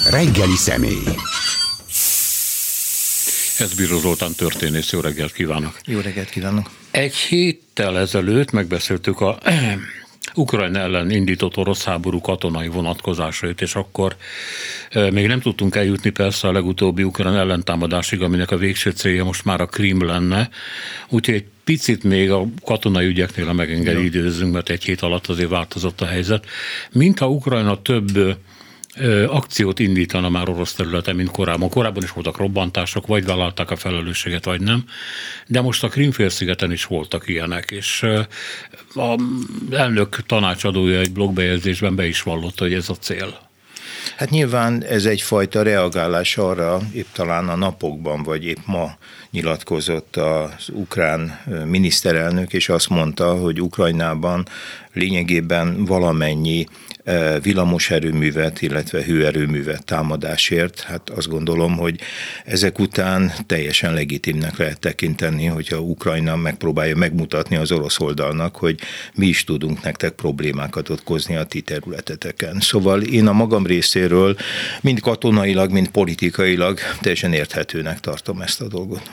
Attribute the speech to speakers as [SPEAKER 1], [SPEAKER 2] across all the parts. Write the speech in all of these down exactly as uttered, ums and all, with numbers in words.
[SPEAKER 1] Reggeli személy.
[SPEAKER 2] Ez Bíró Zoltán történész, jó reggelt kívánok!
[SPEAKER 3] Jó reggelt kívánok!
[SPEAKER 2] Egy héttel ezelőtt megbeszéltük a Ukrajna ellen indított orosz háború katonai vonatkozásait, és akkor még nem tudtunk eljutni persze a legutóbbi ukrán ellentámadásig, aminek a végső célja most már a Krím lenne, úgyhogy egy picit még a katonai ügyeknél a megengedő időzünk, mert egy hét alatt azért változott a helyzet. Mintha Ukrajna több akciót indítana már orosz területen, mint korábban. Korábban is voltak robbantások, vagy vállalták a felelősséget, vagy nem. De most a Krím-félszigeten is voltak ilyenek, és az elnök tanácsadója egy blogbejegyzésben be is vallotta, hogy ez a cél.
[SPEAKER 3] Hát nyilván ez egyfajta reagálás arra, épp talán a napokban, vagy épp ma nyilatkozott az ukrán miniszterelnök, és azt mondta, hogy Ukrajnában lényegében valamennyi villamoserőművet, illetve hőerőművet támadásért. Hát azt gondolom, hogy ezek után teljesen legitimnek lehet tekinteni, hogyha Ukrajna megpróbálja megmutatni az orosz oldalnak, hogy mi is tudunk nektek problémákat okozni a ti területeteken. Szóval én a magam részéről mind katonailag, mind politikailag teljesen érthetőnek tartom ezt a dolgot.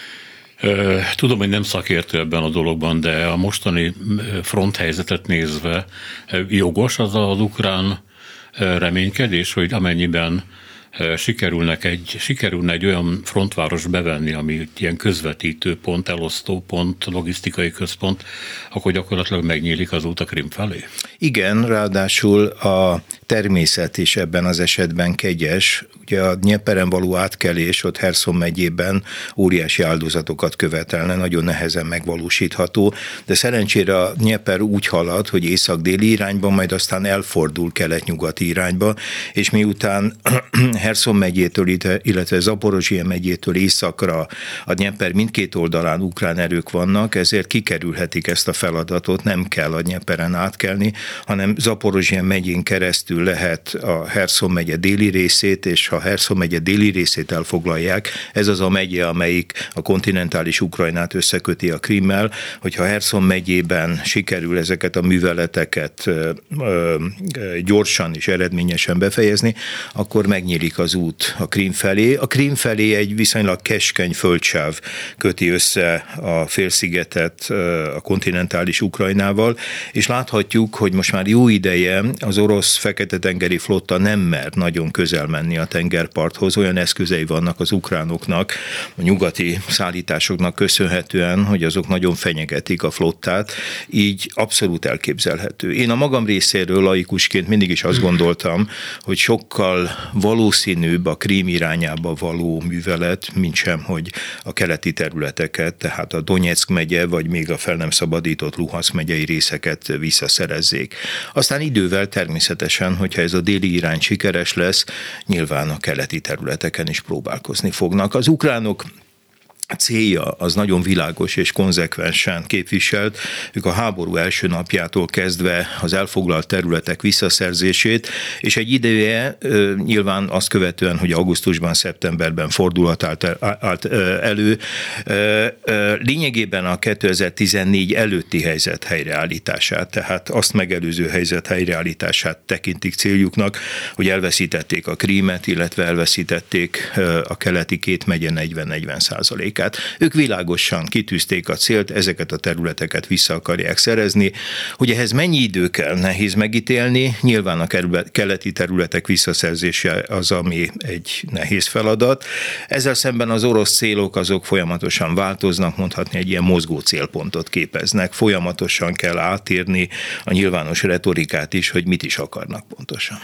[SPEAKER 2] Tudom, hogy nem szakértő ebben a dologban, de a mostani fronthelyzetet nézve jogos az az ukrán reménykedés, hogy amennyiben sikerülnek egy, sikerülne egy olyan frontváros bevenni, ami ilyen közvetítő pont, elosztó pont, logisztikai központ, akkor gyakorlatilag megnyílik az út a Krím felé?
[SPEAKER 3] Igen, ráadásul a természet is ebben az esetben kegyes. Ugye a Dnyeperen való átkelés ott Herszon megyében óriási áldozatokat követelne, nagyon nehezen megvalósítható, de szerencsére a Dnyeper úgy halad, hogy észak-déli irányba, majd aztán elfordul kelet-nyugati irányba, és miután Herszon megyétől, illetve Zaporozsija megyétől északra a Dnyeper mindkét oldalán ukrán erők vannak, ezért kikerülhetik ezt a feladatot, nem kell a Dnyeperen átkelni, hanem Zaporozsija megyén keresztül lehet a Herszon megye déli részét, és ha Herszon megye déli részét elfoglalják, ez az a megye, amelyik a kontinentális Ukrajnát összeköti a Krímmel, hogyha Herszon megyében sikerül ezeket a műveleteket ö, ö, gyorsan és eredményesen befejezni, akkor megnyílik az út a Krím felé. A Krím felé egy viszonylag keskeny földsáv köti össze a félszigetet a kontinentális Ukrajnával, és láthatjuk, hogy most már jó ideje az orosz Fekete-tengeri flotta nem mer nagyon közel menni a tengerparthoz. Olyan eszközei vannak az ukránoknak, a nyugati szállításoknak köszönhetően, hogy azok nagyon fenyegetik a flottát, így abszolút elképzelhető. Én a magam részéről laikusként mindig is azt gondoltam, hogy sokkal valószínűbb a Krím irányába való művelet, mint sem, hogy a keleti területeket, tehát a Donyeck megye, vagy még a fel nem szabadított Luhanszk megyei részeket visszaszerezzék. Aztán idővel természetesen, hogyha ez a déli irány sikeres lesz, nyilván a keleti területeken is próbálkozni fognak. Az ukránok célja az nagyon világos és konzekvensen képviselt. Ők a háború első napjától kezdve az elfoglalt területek visszaszerzését, és egy ideje nyilván azt követően, hogy augusztusban, szeptemberben fordulat állt, állt elő, lényegében a kétezer-tizennégy előtti helyzet helyreállítását, tehát azt megelőző helyzet helyreállítását tekintik céljuknak, hogy elveszítették a Krímet, illetve elveszítették a keleti két megye negyven-negyven százalékát. Ők világosan kitűzték a célt, ezeket a területeket vissza akarják szerezni. Hogy ehhez mennyi idő kell, nehéz megítélni. Nyilván a keleti területek visszaszerzése az, ami egy nehéz feladat. Ezzel szemben az orosz célok azok folyamatosan változnak, mondhatni egy ilyen mozgó célpontot képeznek. Folyamatosan kell átírni a nyilvános retorikát is, hogy mit is akarnak pontosan.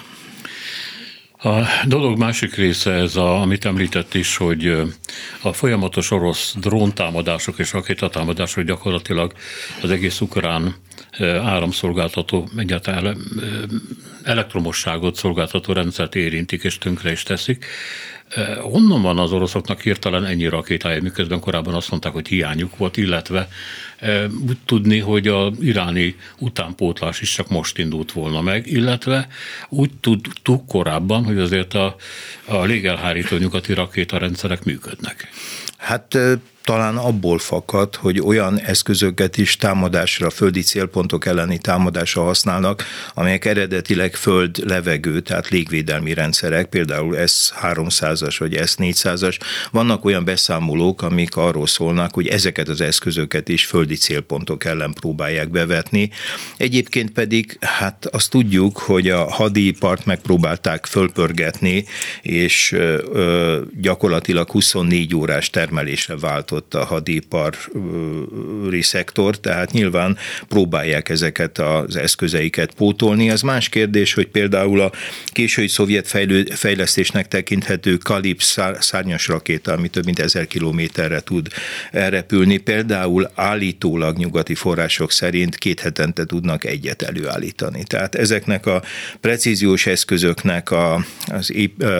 [SPEAKER 2] A dolog másik része ez, a, amit említett is, hogy a folyamatos orosz dróntámadások és rakétatámadások gyakorlatilag az egész ukrán áramszolgáltató, egyáltalán elektromosságot szolgáltató rendszert érintik és tönkre is teszik. Honnan van az oroszoknak hirtelen ennyi rakétája, miközben korábban azt mondták, hogy hiányuk volt, illetve úgy tudni, hogy az iráni utánpótlás is csak most indult volna meg, illetve úgy tudtuk korábban, hogy azért a, a légelhárító nyugati rakétarendszerek működnek.
[SPEAKER 3] Hát talán abból fakad, hogy olyan eszközöket is támadásra, földi célpontok elleni támadásra használnak, amelyek eredetileg föld-levegő, tehát légvédelmi rendszerek, például S háromszázas vagy S négyszázas. Vannak olyan beszámolók, amik arról szólnak, hogy ezeket az eszközöket is földi célpontok ellen próbálják bevetni. Egyébként pedig, hát azt tudjuk, hogy a hadipart megpróbálták fölpörgetni, és ö, gyakorlatilag huszonnégy órás termelésre váltott a hadipari szektor, tehát nyilván próbálják ezeket az eszközeiket pótolni. Az más kérdés, hogy például a késői szovjet fejlő, fejlesztésnek tekinthető Kalib szárnyas rakéta, ami több mint ezer kilométerre tud elrepülni, például állítólag nyugati források szerint két hetente tudnak egyet előállítani. Tehát ezeknek a precíziós eszközöknek a, az,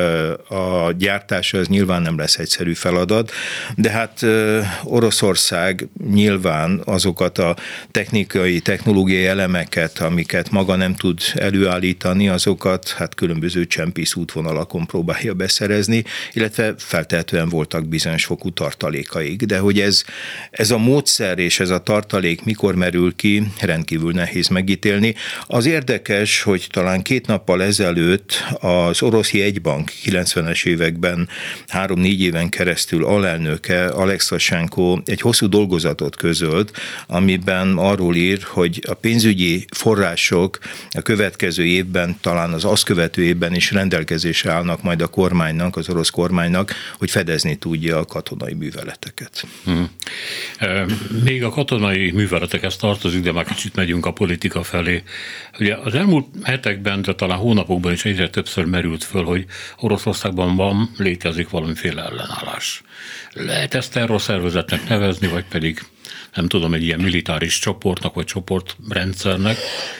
[SPEAKER 3] a gyártása az nyilván nem lesz egyszerű feladat, de hát Oroszország nyilván azokat a technikai, technológiai elemeket, amiket maga nem tud előállítani, azokat hát különböző csempész útvonalakon próbálja beszerezni, illetve feltehetően voltak bizonyos fokú tartalékaik. De hogy ez, ez a módszer és ez a tartalék mikor merül ki, rendkívül nehéz megítélni. Az érdekes, hogy talán két nappal ezelőtt az orosz jegybank kilencvenes években három-négy éven keresztül alelnöke Alexashenko egy hosszú dolgozatot közölt, amiben arról ír, hogy a pénzügyi források a következő évben, talán az azt követő évben is rendelkezésre állnak majd a kormánynak, az orosz kormánynak, hogy fedezni tudja a katonai műveleteket. Hmm.
[SPEAKER 2] Még a katonai műveletekhez tartozik, de már kicsit megyünk a politika felé. Ugye az elmúlt hetekben, de talán hónapokban is egyre többször merült föl, hogy Oroszországban van, létezik valamiféle ellenállás. Lehet ezt terrorszervezetnek nevezni, vagy pedig nem tudom, egy ilyen militáris csoportnak, vagy csoportrendszernek,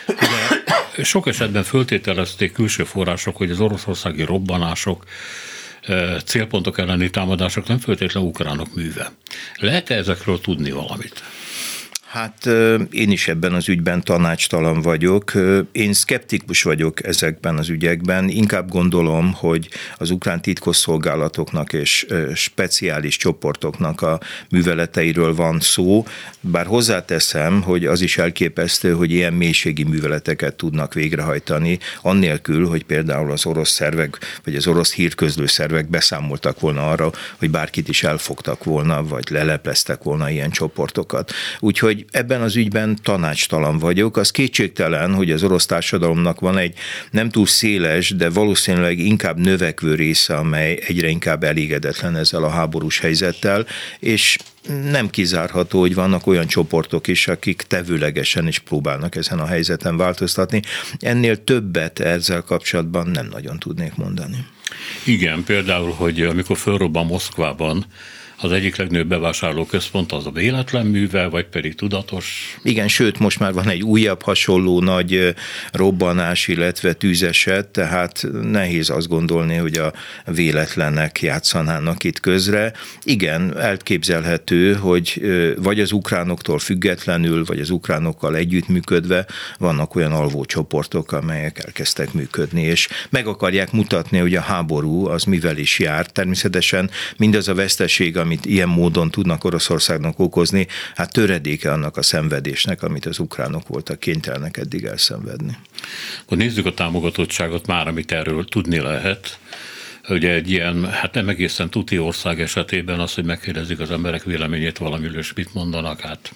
[SPEAKER 2] de sok esetben föltételezték külső források, hogy az oroszországi robbanások, célpontok elleni támadások nem feltétlenül ukránok műve. Lehet-e ezekről tudni valamit?
[SPEAKER 3] Hát én is ebben az ügyben tanácstalan vagyok. Én szkeptikus vagyok ezekben az ügyekben. Inkább gondolom, hogy az ukrán titkosszolgálatoknak és speciális csoportoknak a műveleteiről van szó, bár hozzáteszem, hogy az is elképesztő, hogy ilyen mélységi műveleteket tudnak végrehajtani, annélkül, hogy például az orosz szervek, vagy az orosz hírközlő szervek beszámoltak volna arra, hogy bárkit is elfogtak volna, vagy lelepleztek volna ilyen csoportokat. Úgyhogy ebben az ügyben tanácstalan vagyok. Az kétségtelen, hogy az orosz társadalomnak van egy nem túl széles, de valószínűleg inkább növekvő része, amely egyre inkább elégedetlen ezzel a háborús helyzettel, és nem kizárható, hogy vannak olyan csoportok is, akik tevőlegesen is próbálnak ezen a helyzeten változtatni. Ennél többet ezzel kapcsolatban nem nagyon tudnék mondani.
[SPEAKER 2] Igen, például, hogy amikor fölrobban Moszkvában az egyik legnagyobb bevásárlóközpont, az a véletlen műve, vagy pedig tudatos?
[SPEAKER 3] Igen, sőt, most már van egy újabb hasonló nagy robbanás, illetve tűzeset, tehát nehéz azt gondolni, hogy a véletlenek játszanának itt közre. Igen, elképzelhető, hogy vagy az ukránoktól függetlenül, vagy az ukránokkal együttműködve vannak olyan alvó csoportok, amelyek elkezdtek működni, és meg akarják mutatni, hogy a háború az mivel is jár. Természetesen mindaz a veszteség, amit ilyen módon tudnak Oroszországnak okozni, hát töredéke annak a szenvedésnek, amit az ukránok voltak kénytelenek eddig elszenvedni.
[SPEAKER 2] Akkor nézzük a támogatottságot már, amit erről tudni lehet. Ugye egy ilyen, hát nem egészen tuti ország esetében az, hogy megkérdezik az emberek véleményét valamiről, és mit mondanak, hát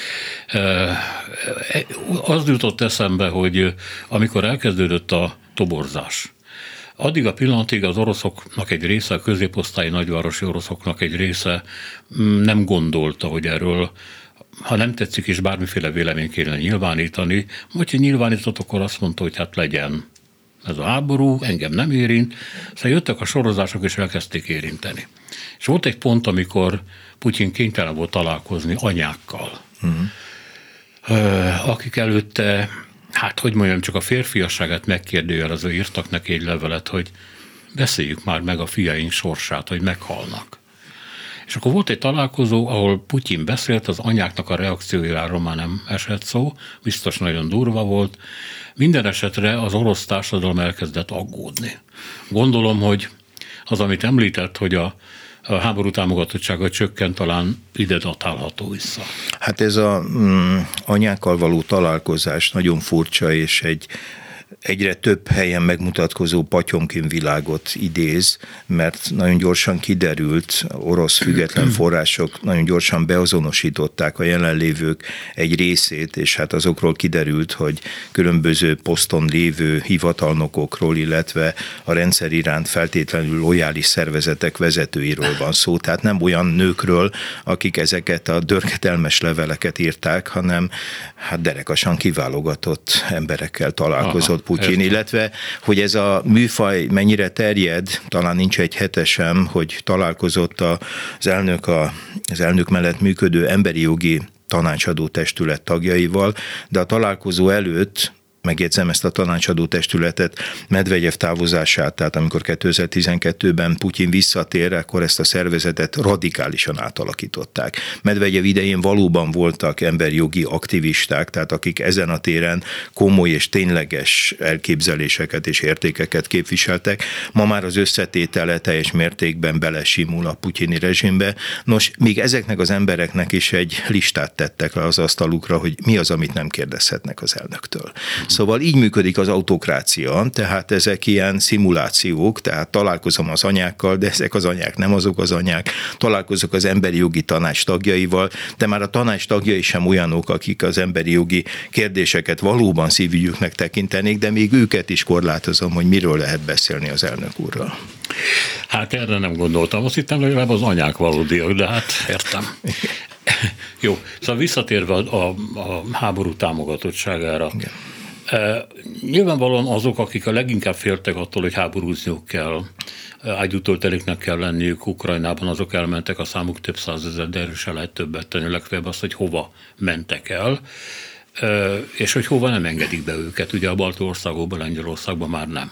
[SPEAKER 2] az jutott eszembe, hogy amikor elkezdődött a toborzás, addig a pillanatig az oroszoknak egy része, a középosztályi nagyvárosi oroszoknak egy része nem gondolta, hogy erről, ha nem tetszik is, bármiféle véleményt kéne nyilvánítani, vagy hogy nyilvánított, akkor azt mondta, hogy hát legyen ez a háború, engem nem érint. Szóval jöttek a sorozások, és elkezdték érinteni. És volt egy pont, amikor Putyin kénytelen volt találkozni anyákkal, uh-huh. akik előtte, hát hogy mondjam, csak a férfiasságát megkérdőjelező írtak neki egy levelet, hogy beszéljük már meg a fiaink sorsát, hogy meghalnak. És akkor volt egy találkozó, ahol Putyin beszélt, az anyáknak a reakciójáról már nem esett szó, biztos nagyon durva volt. Minden esetre az orosz társadalom elkezdett aggódni. Gondolom, hogy az, amit említett, hogy a a háború támogatottsága csökkent, talán ide datálható vissza.
[SPEAKER 3] Hát ez a mm, anyákkal való találkozás nagyon furcsa, és egy egyre több helyen megmutatkozó Patyomkin világot idéz, mert nagyon gyorsan kiderült, orosz független források nagyon gyorsan beazonosították a jelenlévők egy részét, és hát azokról kiderült, hogy különböző poszton lévő hivatalnokokról, illetve a rendszer iránt feltétlenül lojális szervezetek vezetőiről van szó. Tehát nem olyan nőkről, akik ezeket a dörgetelmes leveleket írták, hanem hát derekasan kiválogatott emberekkel találkozott Putyin, illetve hogy ez a műfaj mennyire terjed, talán nincs egy hete sem, hogy találkozott az elnök, a, az elnök mellett működő emberi jogi tanácsadó testület tagjaival, de a találkozó előtt, megjegyzem ezt a tanácsadó testületet, Medvegyev távozását, tehát amikor kétezer-tizenkettőben Putyin visszatér, akkor ezt a szervezetet radikálisan átalakították. Medvegyev idején valóban voltak emberjogi aktivisták, tehát akik ezen a téren komoly és tényleges elképzeléseket és értékeket képviseltek. Ma már az összetétele teljes mértékben belesimul a putyini rezsimbe. Nos, még ezeknek az embereknek is egy listát tettek le az asztalukra, hogy mi az, amit nem kérdezhetnek az elnöktől. Szóval így működik az autokrácia, tehát ezek ilyen szimulációk, tehát találkozom az anyákkal, de ezek az anyák nem azok az anyák, találkozok az emberi jogi tanács tagjaival, de már a tanács tagjai sem olyanok, akik az emberi jogi kérdéseket valóban szívügyüknek tekintenék, de még őket is korlátozom, hogy miről lehet beszélni az elnök úrral.
[SPEAKER 2] Hát erre nem gondoltam, azt hittem legalább az anyák valódiak, de hát értem. Jó, szóval visszatérve a, a, a háború támogatottságára. Igen. E, nyilvánvalóan azok, akik a leginkább féltek attól, hogy háborúzniuk kell, ágyútölteléknek kell lenniük Ukrajnában, azok elmentek, a számuk több százezer, de erről se lehet többet tenni, legfeljebb azt, hogy hova mentek el, e, és hogy hova nem engedik be őket. Ugye a balti országokban, Lengyelországban már nem.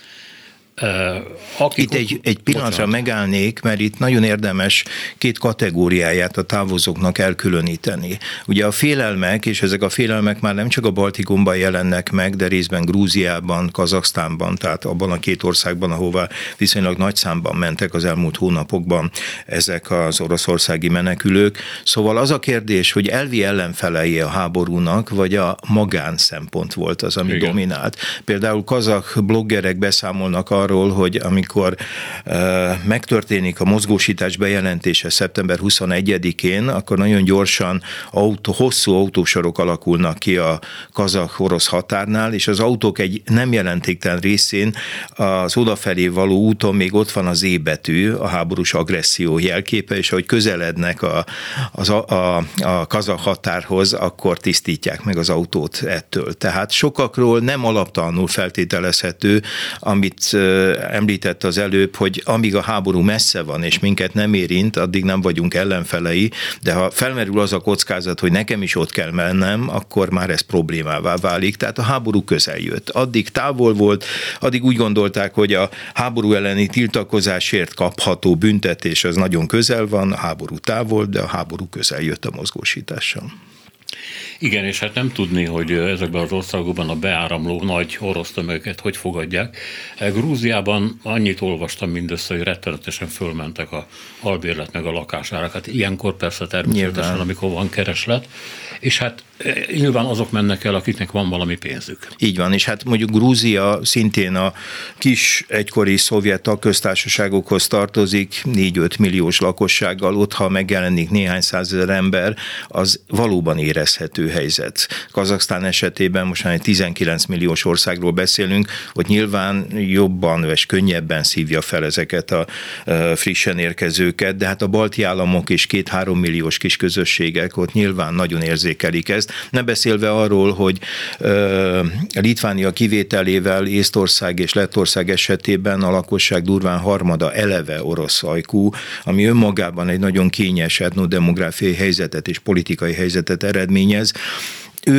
[SPEAKER 3] Akik itt egy, egy pillanatra bocsánat. megállnék, mert itt nagyon érdemes két kategóriáját a távozóknak elkülöníteni. Ugye a félelmek, és ezek a félelmek már nem csak a Baltikumban jelennek meg, de részben Grúziában, Kazaksztánban, tehát abban a két országban, ahová viszonylag nagy számban mentek az elmúlt hónapokban ezek az oroszországi menekülők. Szóval az a kérdés, hogy elvi ellenfelei a háborúnak, vagy a magánszempont volt az, ami Igen. dominált. Például kazak bloggerek beszámolnak arról, arról, hogy amikor uh, megtörténik a mozgósítás bejelentése szeptember huszonegyedikén, akkor nagyon gyorsan autó, hosszú autósorok alakulnak ki a kazak-orosz határnál, és az autók egy nem jelentéktelen részén az odafelé való úton még ott van az E betű, a háborús agresszió jelképe, és ahogy közelednek a, az, a, a kazak határhoz, akkor tisztítják meg az autót ettől. Tehát sokakról nem alaptalanul feltételezhető, amit említett az előbb, hogy amíg a háború messze van, és minket nem érint, addig nem vagyunk ellenfelei, de ha felmerül az a kockázat, hogy nekem is ott kell mennem, akkor már ez problémává válik. Tehát a háború közel jött. Addig távol volt, addig úgy gondolták, hogy a háború elleni tiltakozásért kapható büntetés az nagyon közel van, a háború távol, de a háború közel jött a mozgósítással.
[SPEAKER 2] Igen, és hát nem tudni, hogy ezekben az országokban a beáramló nagy orosz tömegeket hogy fogadják. Grúziában annyit olvastam mindössze, hogy rettenetesen fölmentek a albérlet meg a lakásárak. Hát ilyenkor persze természetesen, nyilván. Amikor van kereslet, és hát nyilván azok mennek el, akiknek van valami pénzük.
[SPEAKER 3] Így van, és hát mondjuk Grúzia szintén a kis egykori szovjet tagköztársaságokhoz tartozik, négy-öt milliós lakossággal, ott ha megjelenik néhány százezer ember, az valóban érezhető helyzet. Kazaksztán esetében most már egy tizenkilenc milliós országról beszélünk, hogy nyilván jobban és könnyebben szívja fel ezeket a frissen érkezőket, de hát a balti államok és két-három milliós kis közösségek ott nyilván nagyon érzékelik ezt. Ne beszélve arról, hogy uh, Litvánia kivételével Észtország és Lettország esetében a lakosság durván harmada eleve orosz ajkú, ami önmagában egy nagyon kényes etnodemográfiai helyzetet és politikai helyzetet eredményez. Ők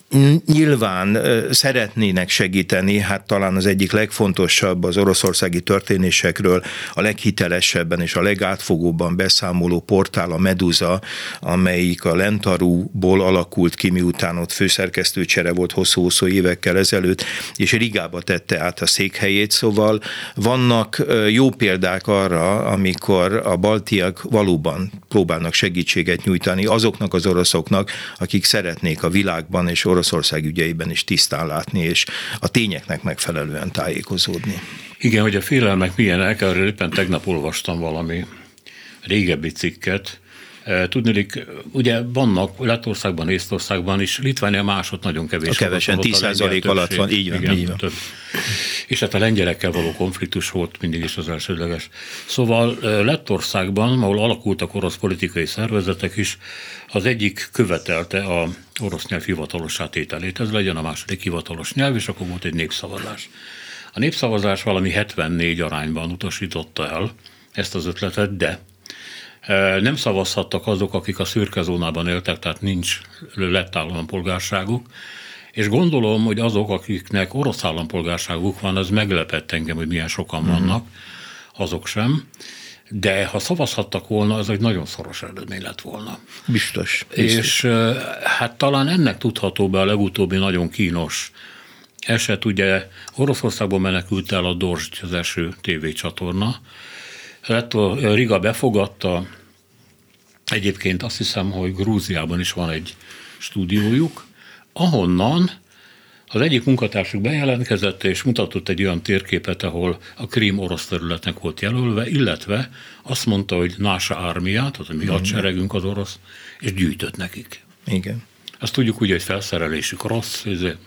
[SPEAKER 3] Nyilván szeretnének segíteni, hát talán az egyik legfontosabb az oroszországi történésekről a leghitelesebben és a legátfogóbban beszámoló portál a Meduza, amelyik a Lentaruból alakult ki, miután ott főszerkesztőcsere volt hosszú-hosszú évekkel ezelőtt, és Rigába tette át a székhelyét, szóval vannak jó példák arra, amikor a baltiak valóban próbálnak segítséget nyújtani azoknak az oroszoknak, akik szeretnék a világban és Oroszország ügyeiben is tisztán látni, és a tényeknek megfelelően tájékozódni.
[SPEAKER 2] Igen, hogy a félelmek milyenek, arról éppen tegnap olvastam valami régebbi cikket. Tudniillik, ugye vannak Lettországban, Észtországban is, Litvánia másod nagyon kevés.
[SPEAKER 3] A kevesen, tíz százalék alatt van, így van.
[SPEAKER 2] Igen,
[SPEAKER 3] így van.
[SPEAKER 2] Több. És hát a lengyelekkel való konfliktus volt mindig is az elsődleges. Szóval Lettországban, ahol alakultak orosz politikai szervezetek is, az egyik követelte a orosz nyelv hivatalossá tételét, ez legyen a második hivatalos nyelv, és akkor volt egy népszavazás. A népszavazás valami hetvennégy arányban utasította el ezt az ötletet, de nem szavazhattak azok, akik a szürke zónában éltek, tehát nincs lett állampolgárságuk, és gondolom, hogy azok, akiknek orosz állampolgárságuk van, az meglepett engem, hogy milyen sokan vannak, azok sem, de ha szavazhattak volna, az egy nagyon szoros eredmény lett volna.
[SPEAKER 3] Biztos. biztos.
[SPEAKER 2] És hát talán ennek tudható be a legutóbbi nagyon kínos eset, ugye Oroszországból menekült el a Dozsd, az első tévécsatorna. Riga befogadta, egyébként azt hiszem, hogy Grúziában is van egy stúdiójuk, ahonnan az egyik munkatársuk bejelentkezett és mutatott egy olyan térképet, ahol a Krím orosz területnek volt jelölve, illetve azt mondta, hogy Nása Armia, tehát a mi hadseregünk az orosz, és gyűjtött nekik.
[SPEAKER 3] Igen.
[SPEAKER 2] Azt tudjuk úgy, hogy felszerelésük rossz,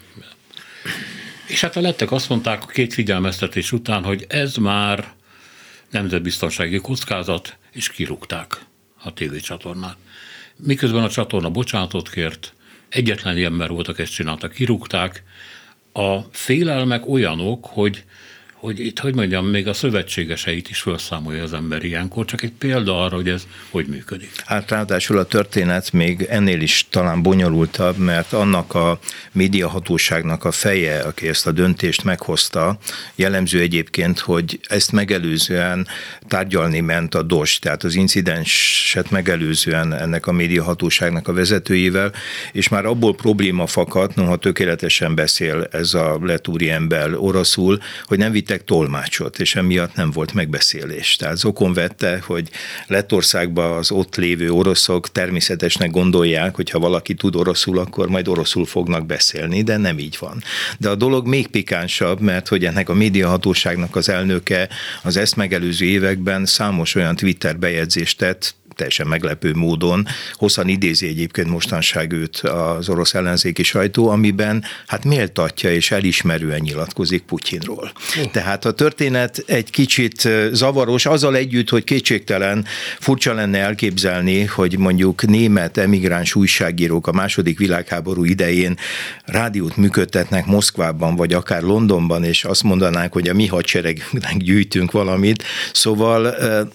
[SPEAKER 2] és hát a lettek azt mondták a két figyelmeztetés után, hogy ez már nemzetbiztonsági kockázat, és kirúgták a tévécsatornát. Miközben a csatorna bocsánatot kért, egyetlen ilyen ember voltak, ezt csináltak, kirúgták. A félelmek olyanok, hogy, hogy itt, hogy mondjam, még a szövetségeseit is felszámolja az ember ilyenkor, csak egy példa arra, hogy ez hogy működik.
[SPEAKER 3] Hát ráadásul a történet még ennél is talán bonyolultabb, mert annak a médiahatóságnak a feje, aki ezt a döntést meghozta, jellemző egyébként, hogy ezt megelőzően tárgyalni ment a Dozsd, tehát az incidenset megelőzően ennek a médiahatóságnak a vezetőjével, és már abból probléma fakadt, noha tökéletesen beszél ez a lett úriember oroszul, hogy nem vittek tolmácsot, és emiatt nem volt megbeszélés. Tehát zokon vette, hogy Lettországban az ott lévő oroszok természetesnek gondolják, hogy ha valaki tud oroszul, akkor majd oroszul fognak beszélni, de nem így van. De a dolog még pikánsabb, mert hogy ennek a médiahatóságnak az elnöke az ezt megelőző években számos olyan Twitter bejegyzést tett, teljesen meglepő módon, hosszan idézi egyébként mostanság őt az orosz ellenzéki sajtó, amiben hát méltatja és elismerően nyilatkozik Putyinról. Oh. Tehát a történet egy kicsit zavaros, azzal együtt, hogy kétségtelen furcsa lenne elképzelni, hogy mondjuk német emigráns újságírók a második világháború idején rádiót működtetnek Moszkvában, vagy akár Londonban, és azt mondanánk, hogy a mi hadseregnek gyűjtünk valamit. Szóval,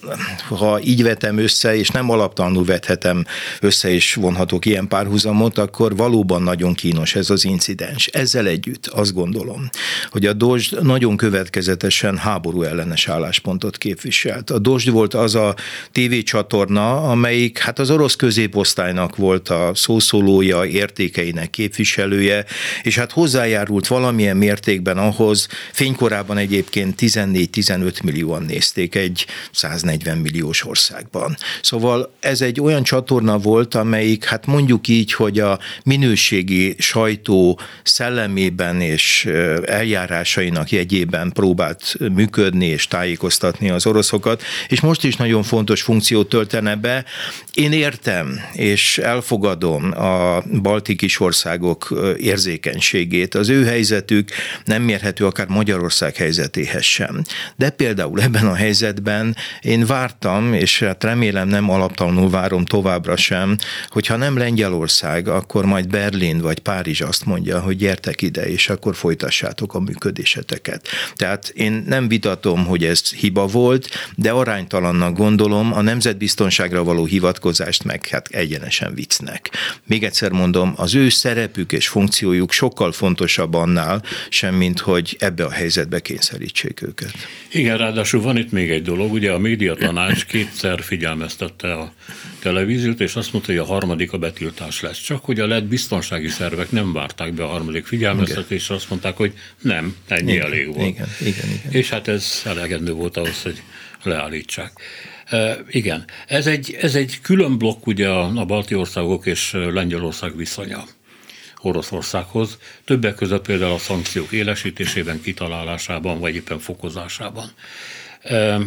[SPEAKER 3] ha így vetem össze, és nem alaptalanul vethetem össze és vonhatok ilyen párhuzamot, akkor valóban nagyon kínos ez az incidens. Ezzel együtt azt gondolom, hogy a Dozsd nagyon következetesen háború ellenes álláspontot képviselt. A Dozsd volt az a tévécsatorna, amelyik hát az orosz középosztálynak volt a szószólója, értékeinek képviselője, és hát hozzájárult valamilyen mértékben ahhoz, fénykorában egyébként tizennégy-tizenöt millióan nézték egy száznegyven milliós országban. Szóval ez egy olyan csatorna volt, amelyik, hát mondjuk így, hogy a minőségi sajtó szellemében és eljárásainak jegyében próbált működni és tájékoztatni az oroszokat, és most is nagyon fontos funkciót töltene be. Én értem és elfogadom a balti kisországok érzékenységét. Az ő helyzetük nem mérhető akár Magyarország helyzetéhez sem. De például ebben a helyzetben én vártam, és hát remélem nem nem alaptalanul várom továbbra sem, hogyha nem Lengyelország, akkor majd Berlin vagy Párizs azt mondja, hogy gyertek ide, és akkor folytassátok a működéseteket. Tehát én nem vitatom, hogy ez hiba volt, de aránytalannak gondolom a nemzetbiztonságra való hivatkozást meg hát egyenesen viccnek. Még egyszer mondom, az ő szerepük és funkciójuk sokkal fontosabb annál, semmint hogy ebbe a helyzetbe kényszerítsék őket.
[SPEAKER 2] Igen, ráadásul van itt még egy dolog, ugye a médiatanács kétszer figyelmeztette a televíziót, és azt mondta, hogy a harmadik a betiltás lesz. Csak hogy a lett biztonsági szervek nem várták be a harmadik figyelmeztetésre, azt mondták, hogy nem, ennyi igen, elég volt.
[SPEAKER 3] Igen, igen, igen.
[SPEAKER 2] És hát ez elegendő volt ahhoz, hogy leállítsák. E, igen, ez egy, ez egy külön blokk ugye a, a balti országok és Lengyelország viszonya Oroszországhoz, többek között például a szankciók élesítésében, kitalálásában, vagy éppen fokozásában. E,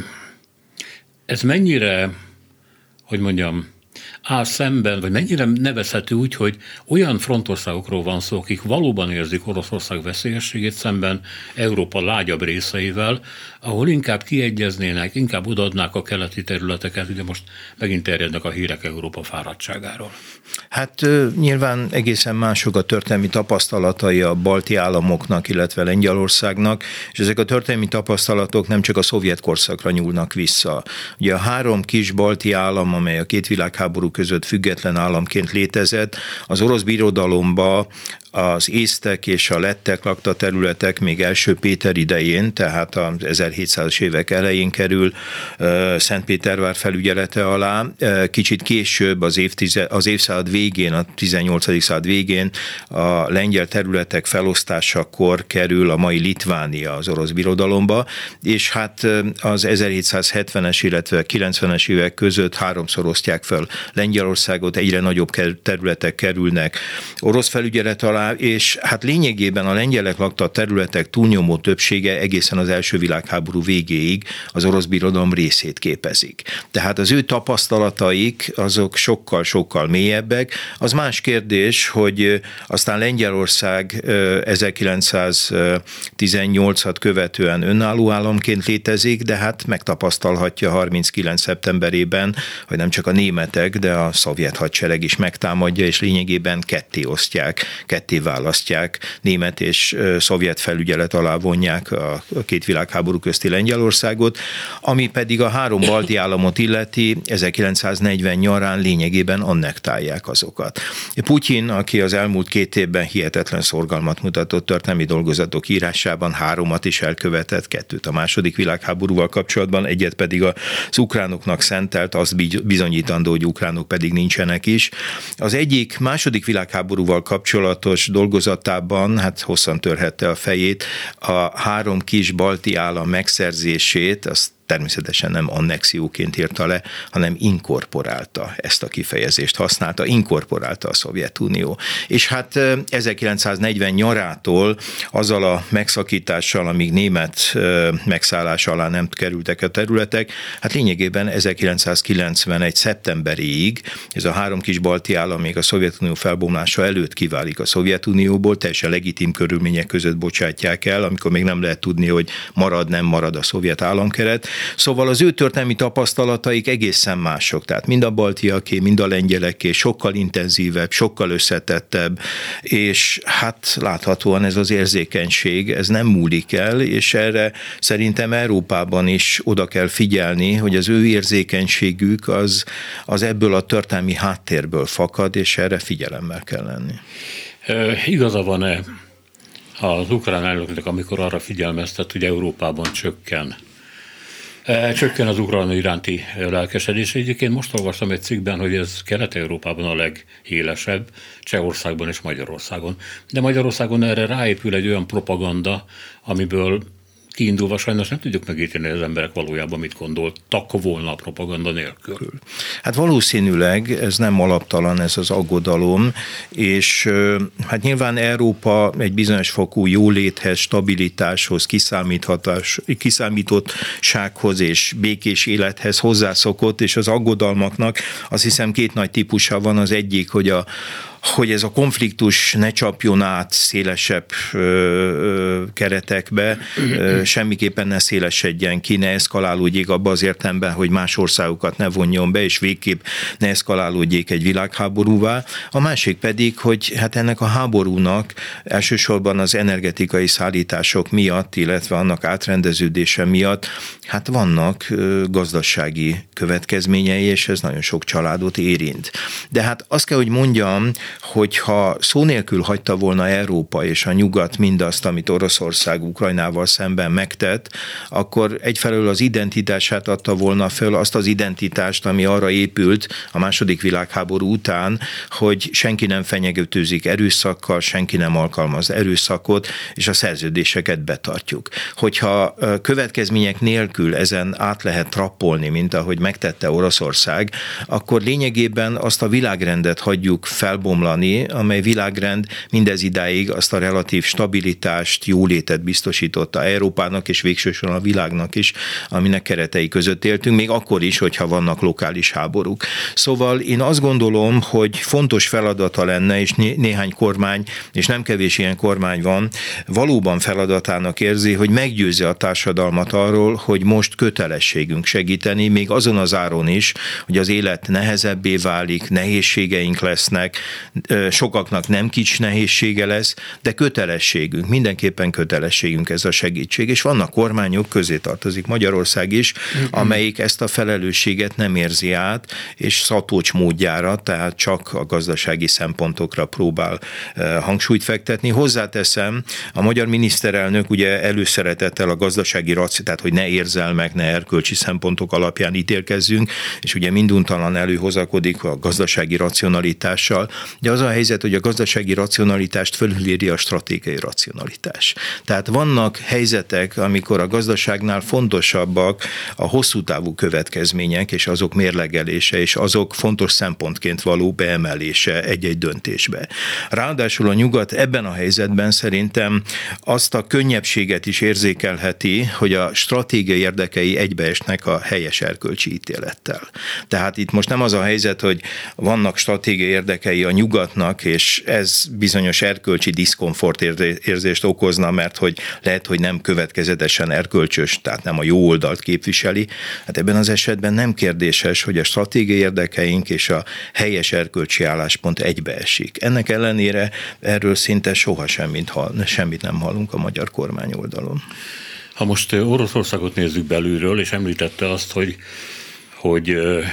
[SPEAKER 2] ez mennyire, hogy mondjam, áll szemben, vagy mennyire nevezhető úgy, hogy olyan frontországokról van szó, akik valóban érzik Oroszország veszélyességét szemben Európa lágyabb részeivel, ahol inkább kiegyeznének, inkább odaadnák a keleti területeket, ugye most megint terjednek a hírek Európa fáradtságáról.
[SPEAKER 3] Hát nyilván egészen mások a történelmi tapasztalatai a balti államoknak, illetve Lengyelországnak, és ezek a történelmi tapasztalatok nem csak a szovjet korszakra nyúlnak vissza. Ugye a három kis balti állam, amely a két világháború között független államként létezett, az orosz birodalomba az észtek és a lettek lakta területek még első Péter idején, tehát az ezerhétszázas évek elején kerül Szentpétervár felügyelete alá. Kicsit később az, évtize, az évszázad végén, a tizennyolcadik század végén a lengyel területek felosztásakor kerül a mai Litvánia az orosz birodalomba, és hát az ezerhétszázhetvenes, illetve kilencvenes évek között háromszor osztják fel Lengyelországot, egyre nagyobb területek kerülnek orosz felügyelet alá, és hát lényegében a lengyelek lakta területek túlnyomó többsége egészen az első világháború végéig az orosz birodalom részét képezik. Tehát az ő tapasztalataik azok sokkal-sokkal mélyebbek. Az más kérdés, hogy aztán Lengyelország ezerkilencszáztizennyolcat követően önálló államként létezik, de hát megtapasztalhatja harminckilenc szeptemberében, hogy nem csak a németek, de a szovjet hadsereg is megtámadja, és lényegében ketté osztják, ketté választják, német és szovjet felügyelet alá vonják a két világháború közti Lengyelországot, ami pedig a három balti államot illeti, ezerkilencszáznegyven nyarán lényegében annektálják azokat. Putyin, aki az elmúlt két évben hihetetlen szorgalmat mutatott történelmi dolgozatok írásában, háromat is elkövetett, kettőt a második világháborúval kapcsolatban, egyet pedig az ukránoknak szentelt, azt bizonyítandó, hogy ukránok pedig nincsenek is. Az egyik második világháborúval kapcsolatos dolgozatában, hát hosszan törhette a fejét, a három kis balti állam megszerzését, azt természetesen nem annexióként írta le, hanem inkorporálta, ezt a kifejezést használta, inkorporálta a Szovjetunió. És hát ezerkilencszáznegyven nyarától azzal a megszakítással, amíg német megszállás alá nem kerültek a területek, hát lényegében ezerkilencszázkilencvenegy szeptemberéig ez a három kis balti állam még a Szovjetunió felbomlása előtt kiválik a Szovjetunióból, teljesen legitim körülmények között bocsátják el, amikor még nem lehet tudni, hogy marad, nem marad a szovjet államkeret. Szóval az ő történelmi tapasztalataik egészen mások, tehát mind a baltiaké, mind a lengyeleké sokkal intenzívebb, sokkal összetettebb, és hát láthatóan ez az érzékenység, ez nem múlik el, és erre szerintem Európában is oda kell figyelni, hogy az ő érzékenységük az, az ebből a történelmi háttérből fakad, és erre figyelemmel kell lenni.
[SPEAKER 2] E, igaza van-e az ukrán elnöknek, amikor arra figyelmeztet, hogy Európában csökken Csökken az Ukrajna iránti lelkesedés. Egyébként most olvastam egy cikkben, hogy ez Kelet-Európában a legélesebb, Csehországban és Magyarországon. De Magyarországon erre ráépül egy olyan propaganda, amiből kiindulva sajnos nem tudjuk megítélni, az emberek valójában mit gondoltak volna a propaganda nélkül.
[SPEAKER 3] Hát valószínűleg ez nem alaptalan, ez az aggodalom, és hát nyilván Európa egy bizonyos fokú jóléthez, stabilitáshoz, kiszámíthatás, kiszámítottsághoz és békés élethez hozzászokott, és az aggodalmaknak azt hiszem két nagy típusa van. Az egyik, hogy a hogy ez a konfliktus ne csapjon át szélesebb ö, ö, keretekbe, ö, semmiképpen ne szélesedjen ki, ne eszkalálódjék abba az értelemben, hogy más országokat ne vonjon be, és végképp ne eszkalálódjék egy világháborúvá. A másik pedig, hogy hát ennek a háborúnak elsősorban az energetikai szállítások miatt, illetve annak átrendeződése miatt, hát vannak ö, gazdasági következményei, és ez nagyon sok családot érint. De hát azt kell, hogy mondjam, hogyha szó nélkül hagyta volna Európa és a nyugat mindazt, amit Oroszország Ukrajnával szemben megtett, akkor egyfelől az identitását adta volna föl, azt az identitást, ami arra épült a második világháború után, hogy senki nem fenyegetőzik erőszakkal, senki nem alkalmaz erőszakot, és a szerződéseket betartjuk. Hogyha következmények nélkül ezen át lehet trappolni, mint ahogy megtette Oroszország, akkor lényegében azt a világrendet hagyjuk felbomlani, amely világrend mindez idáig azt a relatív stabilitást, jólétet biztosította Európának és végsősorban a világnak is, aminek keretei között éltünk, még akkor is, hogyha vannak lokális háborúk. Szóval én azt gondolom, hogy fontos feladata lenne, és né- néhány kormány, és nem kevés ilyen kormány van, valóban feladatának érzi, hogy meggyőzze a társadalmat arról, hogy most kötelességünk segíteni, még azon az áron is, hogy az élet nehezebbé válik, nehézségeink lesznek, sokaknak nem kicsi nehézsége lesz, de kötelességünk, mindenképpen kötelességünk ez a segítség. És vannak kormányok, közé tartozik Magyarország is, amelyik ezt a felelősséget nem érzi át, és szatócs módjára, tehát csak a gazdasági szempontokra próbál hangsúlyt fektetni. Hozzáteszem, a magyar miniszterelnök ugye előszeretettel a gazdasági raci, tehát hogy ne érzelmek, ne erkölcsi szempontok alapján ítélkezzünk, és ugye minduntalan előhozakodik a gazdasági racionalitással, de az a helyzet, hogy a gazdasági racionalitást fölüléri a stratégiai racionalitás. Tehát vannak helyzetek, amikor a gazdaságnál fontosabbak a hosszú távú következmények, és azok mérlegelése, és azok fontos szempontként való beemelése egy-egy döntésbe. Ráadásul a nyugat ebben a helyzetben szerintem azt a könnyebbséget is érzékelheti, hogy a stratégiai érdekei egybeesnek a helyes erkölcsi ítélettel. Tehát itt most nem az a helyzet, hogy vannak stratégiai érdekei a nyugatnak, és ez bizonyos erkölcsi diszkomfort érzést okozna, mert hogy lehet, hogy nem következetesen erkölcsös, tehát nem a jó oldalt képviseli. Hát ebben az esetben nem kérdéses, hogy a stratégiai érdekeink és a helyes erkölcsi álláspont egybeesik. Ennek ellenére erről szinte soha semmit, semmit nem hallunk a magyar kormány oldalon.
[SPEAKER 2] Ha most Oroszországot nézzük belülről, és említette azt, hogy, hogy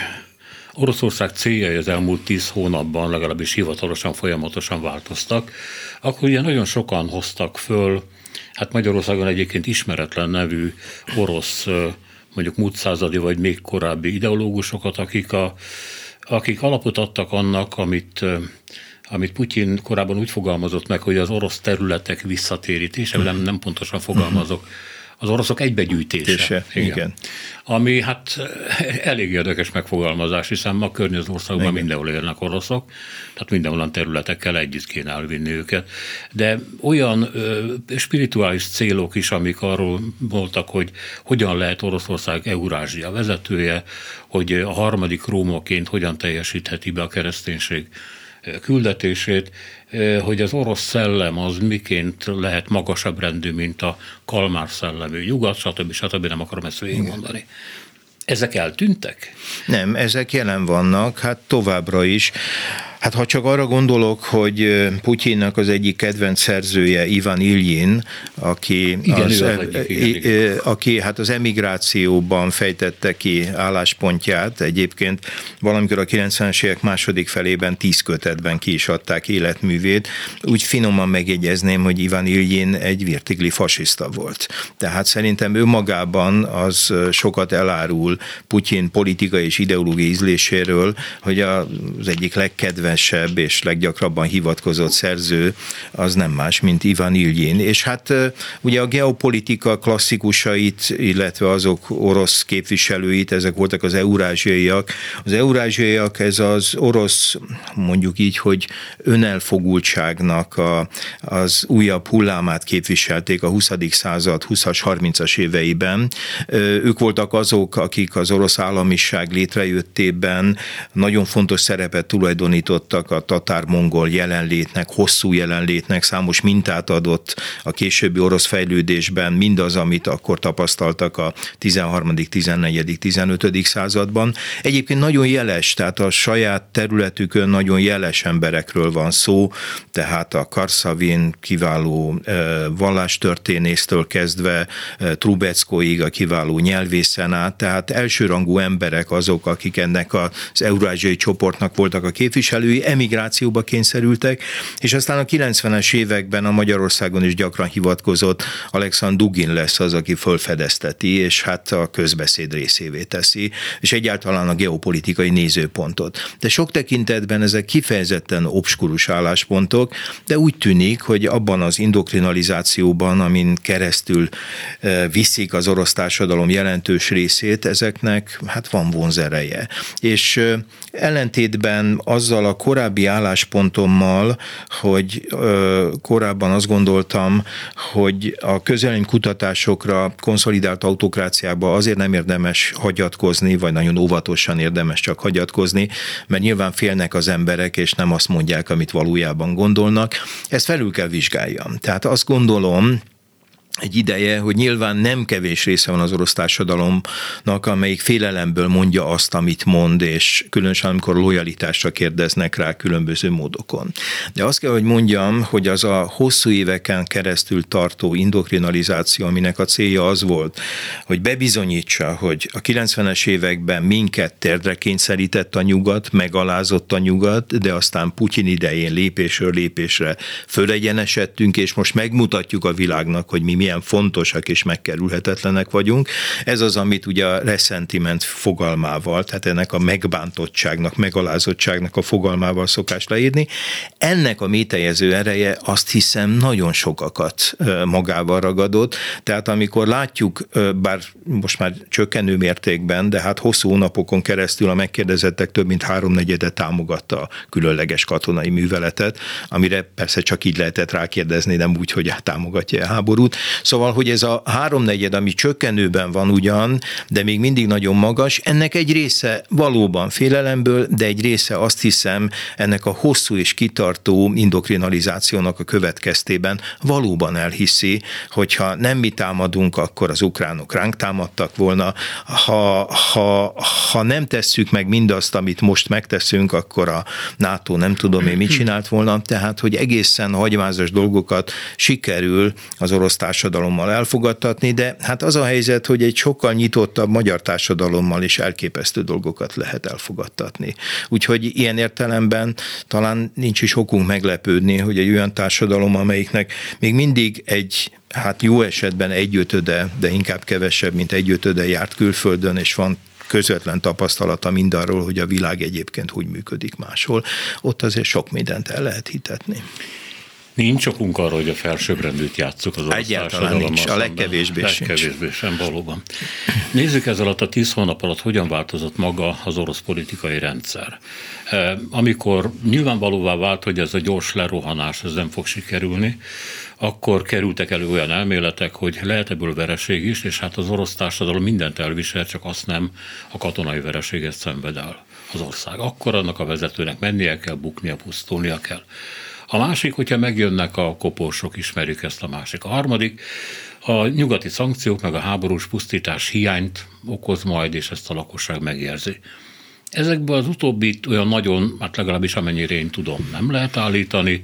[SPEAKER 2] Oroszország céljai az elmúlt tíz hónapban legalábbis hivatalosan, folyamatosan változtak, akkor ugye nagyon sokan hoztak föl, hát Magyarországon egyébként ismeretlen nevű orosz, mondjuk múlt századi vagy még korábbi ideológusokat, akik, a, akik alapot adtak annak, amit, amit Putyin korábban úgy fogalmazott meg, hogy az orosz területek visszatérítése, nem, nem pontosan fogalmazok, az oroszok egybegyűjtése. Igen. Igen. Ami hát elég érdekes megfogalmazás, hiszen ma környező országban mindenhol élnek oroszok, tehát mindenhol olyan területekkel együtt kéne elvinni őket. De olyan ö, spirituális célok is, amik arról voltak, hogy hogyan lehet Oroszország Eurázsia vezetője, hogy a harmadik Rómaként hogyan teljesítheti be a kereszténység küldetését, hogy az orosz szellem az miként lehet magasabb rendű, mint a kalmár szellemű nyugat, stb. stb. Nem akarom ezt végigmondani. Ezek eltűntek?
[SPEAKER 3] Nem, ezek jelen vannak, hát továbbra is. Hát ha csak arra gondolok, hogy Putyinnak az egyik kedvenc szerzője Ivan Iljin, aki,
[SPEAKER 2] igen,
[SPEAKER 3] az,
[SPEAKER 2] az egyik, igen, igen.
[SPEAKER 3] aki hát az emigrációban fejtette ki álláspontját, egyébként valamikor a kilencvenes évek második felében tíz kötetben ki is adták életművét, úgy finoman megjegyezném, hogy Ivan Iljin egy virtigli fasiszta volt. Tehát szerintem ő magában az sokat elárul Putyin politikai és ideológiai ízléséről, hogy az egyik legkedvenc és leggyakrabban hivatkozott szerző az nem más, mint Ivan Iljin. És hát ugye a geopolitika klasszikusait, illetve azok orosz képviselőit, ezek voltak az eurázsiaiak. Az eurázsiaiak ez az orosz, mondjuk így, hogy önelfogultságnak a, az újabb hullámát képviselték a huszadik század huszas, harmincas éveiben. Ők voltak azok, akik az orosz államiság létrejöttében nagyon fontos szerepet tulajdonítottak számítottak a tatár-mongol jelenlétnek, hosszú jelenlétnek, számos mintát adott a későbbi orosz fejlődésben, mindaz, amit akkor tapasztaltak a tizenharmadik, tizennegyedik, tizenötödik században. Egyébként nagyon jeles, tehát a saját területükön nagyon jeles emberekről van szó, tehát a Karsavin kiváló vallástörténésztől kezdve Trubeckóig, a kiváló nyelvészen át, tehát elsőrangú emberek azok, akik ennek az eurázsiai csoportnak voltak a képviselői, emigrációba kényszerültek, és aztán a kilencvenes években a Magyarországon is gyakran hivatkozott Alexandr Dugin lesz az, aki fölfedezteti, és hát a közbeszéd részévé teszi, és egyáltalán a geopolitikai nézőpontot. De sok tekintetben ezek kifejezetten obskurus álláspontok, de úgy tűnik, hogy abban az indoktrinalizációban, amin keresztül viszik az orosz társadalom jelentős részét, ezeknek hát van vonzereje. És ellentétben azzal a korábbi álláspontommal, hogy korábban azt gondoltam, hogy a kutatásokra, konszolidált autokráciába azért nem érdemes hagyatkozni, vagy nagyon óvatosan érdemes csak hagyatkozni, mert nyilván félnek az emberek, és nem azt mondják, amit valójában gondolnak. Ezt felül kell vizsgáljam. Tehát azt gondolom, egy ideje, hogy nyilván nem kevés része van az orosz társadalomnak, amelyik félelemből mondja azt, amit mond, és különösen amikor lojalitásra kérdeznek rá különböző módokon. De azt kell, hogy mondjam, hogy az a hosszú éveken keresztül tartó indoktrinalizáció, aminek a célja az volt, hogy bebizonyítsa, hogy a kilencvenes években minket térdre kényszerített a nyugat, megalázott a nyugat, de aztán Putyin idején lépésről lépésre fölegyenesedtünk, és most megmutatjuk a világnak, hogy mi milyen fontosak és megkerülhetetlenek vagyunk. Ez az, amit ugye a ressentiment fogalmával, tehát ennek a megbántottságnak, megalázottságnak a fogalmával szokás leírni. Ennek a mélyteljező ereje azt hiszem nagyon sokakat magával ragadott. Tehát amikor látjuk, bár most már csökkenő mértékben, de hát hosszú hónapokon keresztül a megkérdezettek több mint háromnegyede támogatta a különleges katonai műveletet, amire persze csak így lehetett rákérdezni, nem úgy, hogy támogatja a háborút. Szóval, hogy ez a háromnegyed, ami csökkenőben van ugyan, de még mindig nagyon magas, ennek egy része valóban félelemből, de egy része azt hiszem ennek a hosszú és kitartó indoktrinalizációnak a következtében valóban elhiszi, hogyha nem mi támadunk, akkor az ukránok ránk támadtak volna. Ha, ha, ha nem tesszük meg mindazt, amit most megteszünk, akkor a NATO nem tudom én mit csinált volna, tehát, hogy egészen hagyományos dolgokat sikerül az orosz társadalommal elfogadtatni, de hát az a helyzet, hogy egy sokkal nyitottabb magyar társadalommal is elképesztő dolgokat lehet elfogadtatni. Úgyhogy ilyen értelemben talán nincs is okunk meglepődni, hogy egy olyan társadalom, amelyiknek még mindig egy, hát jó esetben egyötöde, de inkább kevesebb, mint egyötöde járt külföldön, és van közvetlen tapasztalata mindarról, hogy a világ egyébként hogy működik máshol. Ott azért sok mindent el lehet hitetni.
[SPEAKER 2] Nincs okunk arra, hogy a felsőbbrendűt játsszuk az orosz társadalommal.
[SPEAKER 3] Nincs, a legkevésbé sincs.
[SPEAKER 2] Legkevésbé sem, valóban. Nézzük ez alatt a tíz hónap alatt, hogyan változott maga az orosz politikai rendszer. Amikor nyilvánvalóvá vált, hogy ez a gyors lerohanás, ez nem fog sikerülni, akkor kerültek elő olyan elméletek, hogy lehet ebből vereség is, és hát az orosz társadalom mindent elvisel, csak azt nem, a katonai vereséget szenved el az ország. Akkor annak a vezetőnek mennie kell, buknia, pusztulnia kell. A másik, hogyha megjönnek a koporsok, ismerjük ezt a másik. A harmadik, a nyugati szankciók meg a háborús pusztítás hiányt okoz majd, és ezt a lakosság megérzi. Ezekből az utóbbit olyan nagyon, hát legalábbis amennyire én tudom, nem lehet állítani.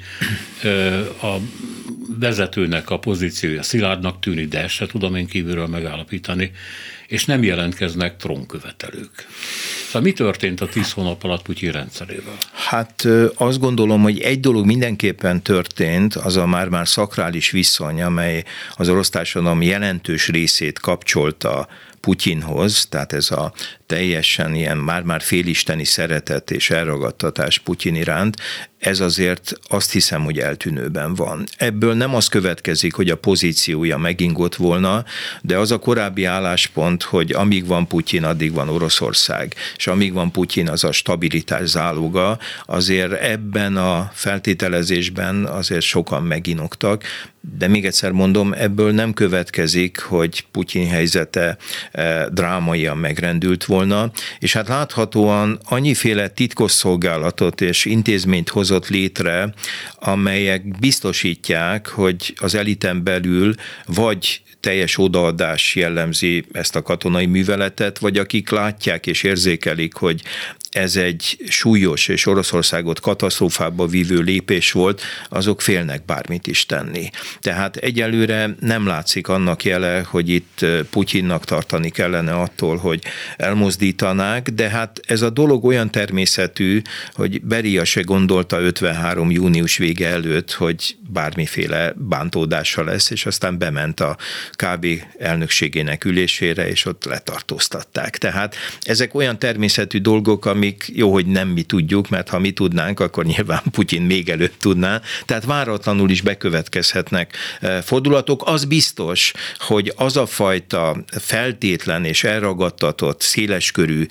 [SPEAKER 2] A vezetőnek a pozíciója szilárdnak tűnik, de ezt se tudom én kívülről megállapítani, és nem jelentkeznek trónkövetelők. Szóval mi történt a tíz hónap alatt Putyin rendszerével?
[SPEAKER 3] Hát azt gondolom, hogy egy dolog mindenképpen történt, az a már-már szakrális viszony, amely az orosz társadalom jelentős részét kapcsolta Putyinhoz, tehát ez a teljesen ilyen már-már félisteni szeretet és elragadtatás Putyin iránt, ez azért azt hiszem, hogy eltűnőben van. Ebből nem az következik, hogy a pozíciója megingott volna, de az a korábbi álláspont, hogy amíg van Putyin, addig van Oroszország, és amíg van Putyin, az a stabilitás záloga, azért ebben a feltételezésben azért sokan meginoktak. de még egyszer mondom, ebből nem következik, hogy Putyin helyzete drámaian megrendült volna, és hát láthatóan annyiféle titkosszolgálatot és intézményt hozott létre, amelyek biztosítják, hogy az eliten belül vagy teljes odaadás jellemzi ezt a katonai műveletet, vagy akik látják és érzékelik, hogy ez egy súlyos és Oroszországot katasztrófába vívő lépés volt, azok félnek bármit is tenni. Tehát egyelőre nem látszik annak jele, hogy itt Putyinnak tartani kellene attól, hogy elmozdítanák, de hát ez a dolog olyan természetű, hogy Beria se gondolta ötvenhárom június vége előtt, hogy bármiféle bántódása lesz, és aztán bement a ká bé elnökségének ülésére, és ott letartóztatták. Tehát ezek olyan természetű dolgok, amik jó, hogy nem mi tudjuk, mert ha mi tudnánk, akkor nyilván Putyin még előbb tudná. Tehát váratlanul is bekövetkezhetnek fordulatok. Az biztos, hogy az a fajta feltétlen és elragadtatott, széleskörű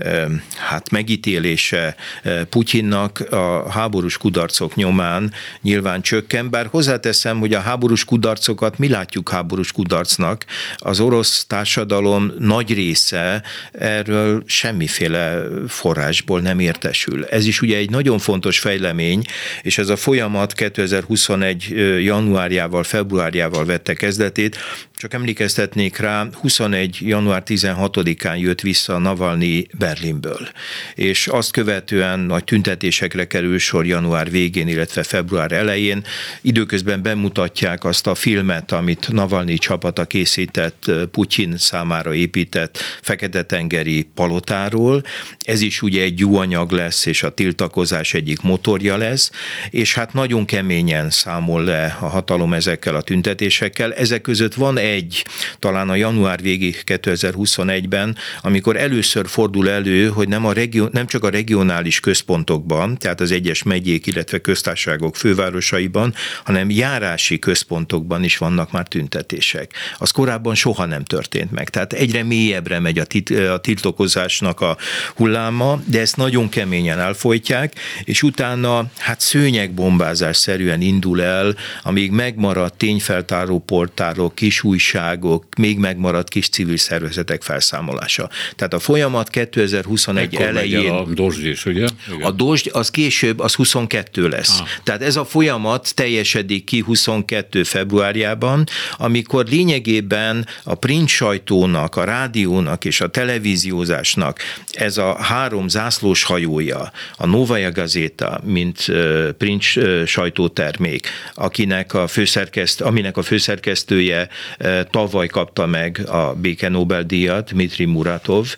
[SPEAKER 3] hát megítélése Putyinnak a háborús kudarcok nyomán nyilván csökken, bár hozzáteszem, hogy a háborús kudarcokat mi látjuk háborús kudarcnak. Az orosz társadalom nagy része erről semmiféle forrásból nem értesül. Ez is ugye egy nagyon fontos fejlemény, és ez a folyamat kétezer-huszonegy januárjával, februárjával vette kezdetét. Csak emlékeztetnék rá, huszonegy január tizenhatodikán jött vissza Navalnyi Berlinből, és azt követően nagy tüntetésekre kerül sor január végén, illetve február elején. Időközben bemutatják azt a filmet, amit Navalnyi csapata készített Putyin számára épített Fekete-tengeri palotáról. Ez is ugye egy gyúanyag lesz, és a tiltakozás egyik motorja lesz, és hát nagyon keményen számol le a hatalom ezekkel a tüntetésekkel. Ezek között van egy, talán a január végi kétezer-huszonegyben, amikor először fordul elő, hogy nem, a region, nem csak a regionális központokban, tehát az egyes megyék, illetve köztársaságok fővárosaiban, hanem járási központokban is vannak már tüntetések. Az korábban soha nem történt meg. Tehát egyre mélyebbre megy a, tit- a tiltakozásnak a hulláma, de ezt nagyon keményen elfojtják, és utána hát szőnyegbombázásszerűen indul el, amíg megmaradt tényfeltáró portálok, kis újságok, még megmaradt kis civil szervezetek felszámolása. Tehát a folyamat kétezer-huszonegy
[SPEAKER 2] Ekkor
[SPEAKER 3] elején...
[SPEAKER 2] a Dozsd is, ugye?
[SPEAKER 3] Igen. A Dozsd az később, az huszonkettő lesz. Ah. Tehát ez a folyamat teljesedik ki huszonkettő februárjában, amikor lényegében a print sajtónak, a rádiónak és a televíziózásnak ez a három zászlós hajója, a Novaja Gazeta, mint print sajtótermék, akinek a főszerkeszt, aminek a főszerkesztője tavaly kapta meg a béke Nobel-díjat, Dmitri Muratov,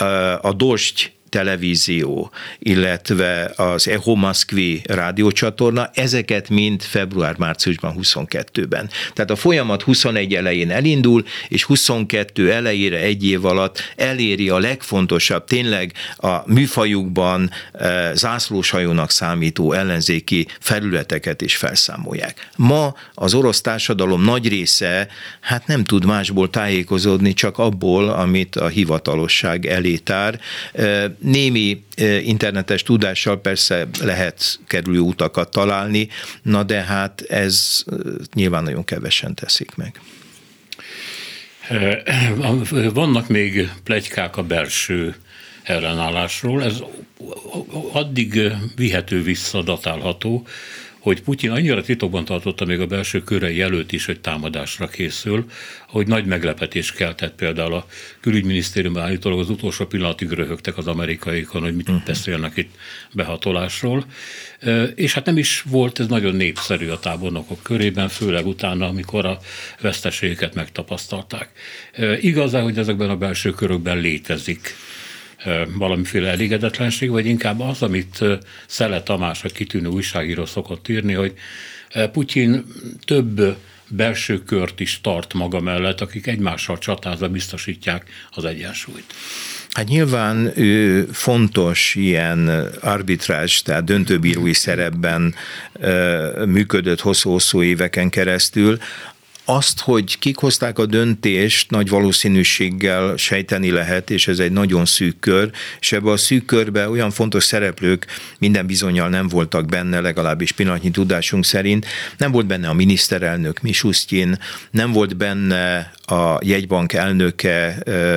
[SPEAKER 3] a Dozsd televízió, illetve az Echo Moszkvi rádiócsatorna, ezeket mind február-márciusban huszonkettőben. Tehát a folyamat huszonegy elején elindul, és huszonkettő elejére egy év alatt eléri a legfontosabb, tényleg a műfajukban zászlóshajónak számító ellenzéki felületeket is felszámolják. Ma az orosz társadalom nagy része hát nem tud másból tájékozódni, csak abból, amit a hivatalosság elé tár. Némi internetes tudással persze lehet kerülő utakat találni, na de hát ez nyilván nagyon kevesen teszik meg.
[SPEAKER 2] Vannak még pletykák a belső ellenállásról, ez addig vihető vissza, datálható, hogy Putyin annyira titokban tartotta még a belső körei előtt is, hogy támadásra készül, hogy nagy meglepetés keltett például a külügyminisztériumban állítólag az utolsó pillanatig röhögtek az amerikaiakon, hogy mit uh-huh. beszélnek itt behatolásról. És hát nem is volt ez nagyon népszerű a tábornokok körében, főleg utána, amikor a veszteségeket megtapasztalták. Igazán, hogy ezekben a belső körökben létezik valamiféle elégedetlenség, vagy inkább az, amit Szele Tamás, a kitűnő újságíró szokott írni, hogy Putyin több belső kört is tart maga mellett, akik egymással csatázva biztosítják az egyensúlyt.
[SPEAKER 3] Hát nyilván ő fontos ilyen arbitrázs, tehát döntőbírói szerepben működött hosszú-hosszú éveken keresztül. Azt, hogy kik hozták a döntést, nagy valószínűséggel sejteni lehet, és ez egy nagyon szűk kör, és ebbe a szűk körbe olyan fontos szereplők minden bizonnyal nem voltak benne, legalábbis pillanatnyi tudásunk szerint. Nem volt benne a miniszterelnök Mishustin, nem volt benne a jegybank elnöke,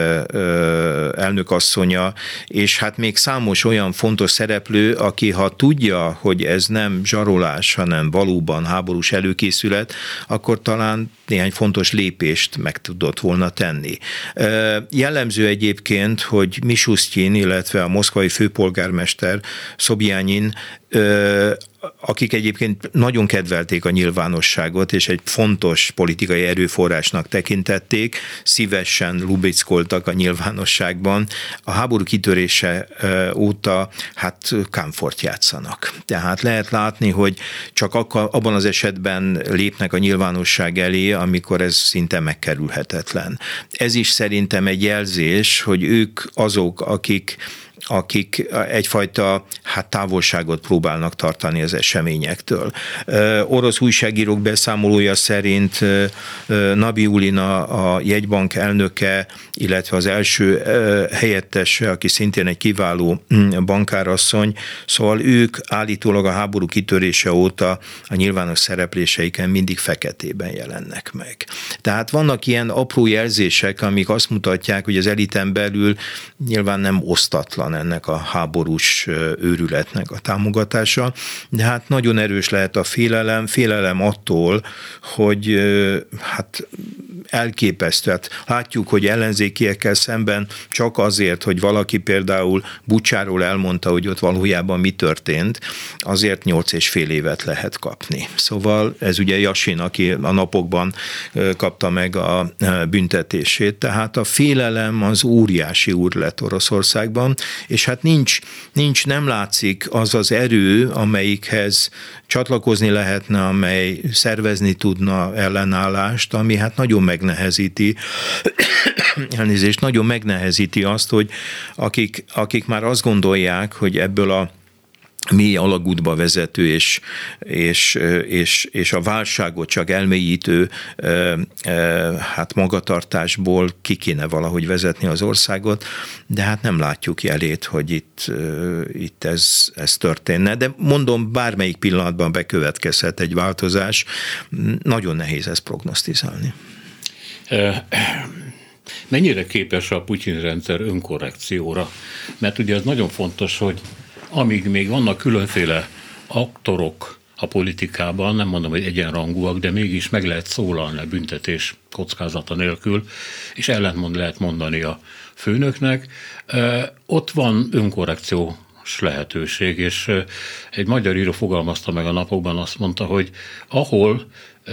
[SPEAKER 3] elnökasszonya, és hát még számos olyan fontos szereplő, aki ha tudja, hogy ez nem zsarolás, hanem valóban háborús előkészület, akkor talán néhány fontos lépést meg tudott volna tenni. Jellemző egyébként, hogy Mishustin, illetve a moszkvai főpolgármester Szobjanyin, akik egyébként nagyon kedvelték a nyilvánosságot, és egy fontos politikai erőforrásnak tekintették, szívesen lubickoltak a nyilvánosságban. A háború kitörése óta hát kámfort játszanak. Tehát lehet látni, hogy csak akkor, abban az esetben lépnek a nyilvánosság elé, amikor ez szinte megkerülhetetlen. Ez is szerintem egy jelzés, hogy ők azok, akik akik egyfajta hát távolságot próbálnak tartani az eseményektől. Orosz újságírók beszámolója szerint Nabiulina, a jegybank elnöke, illetve az első helyettese, aki szintén egy kiváló bankárasszony, szóval ők állítólag a háború kitörése óta a nyilvános szerepléseiken mindig feketében jelennek meg. Tehát vannak ilyen apró jelzések, amik azt mutatják, hogy az eliten belül nyilván nem osztatlan ennek a háborús őrületnek a támogatása, de hát nagyon erős lehet a félelem, félelem attól, hogy hát elképesztő. Hát látjuk, hogy ellenzékiekkel szemben csak azért, hogy valaki például Bucsáról elmondta, hogy ott valójában mi történt, azért nyolc és fél évet lehet kapni. Szóval ez ugye Jasin, aki a napokban kapta meg a büntetését, tehát a félelem az óriási úr lett Oroszországban, és hát nincs, nincs, nem látszik az az erő, amelyikhez csatlakozni lehetne, amely szervezni tudna ellenállást, ami hát nagyon megnehezíti, elnézést, nagyon megnehezíti azt, hogy akik, akik már azt gondolják, hogy ebből a mély alagútba vezető és, és, és, és a válságot csak elmélyítő hát magatartásból ki kéne valahogy vezetni az országot, de hát nem látjuk jelét, hogy itt, itt ez, ez történne. De mondom, bármelyik pillanatban bekövetkezhet egy változás, nagyon nehéz ezt prognosztizálni.
[SPEAKER 2] Mennyire képes a Putyin rendszer önkorrekcióra? Mert ugye ez nagyon fontos, hogy amíg még vannak különféle aktorok a politikában, nem mondom, hogy egyenrangúak, de mégis meg lehet szólalni a büntetés kockázata nélkül, és ellentmond lehet mondani a főnöknek. Ott van önkorrekciós lehetőség, és egy magyar író fogalmazta meg a napokban, azt mondta, hogy ahol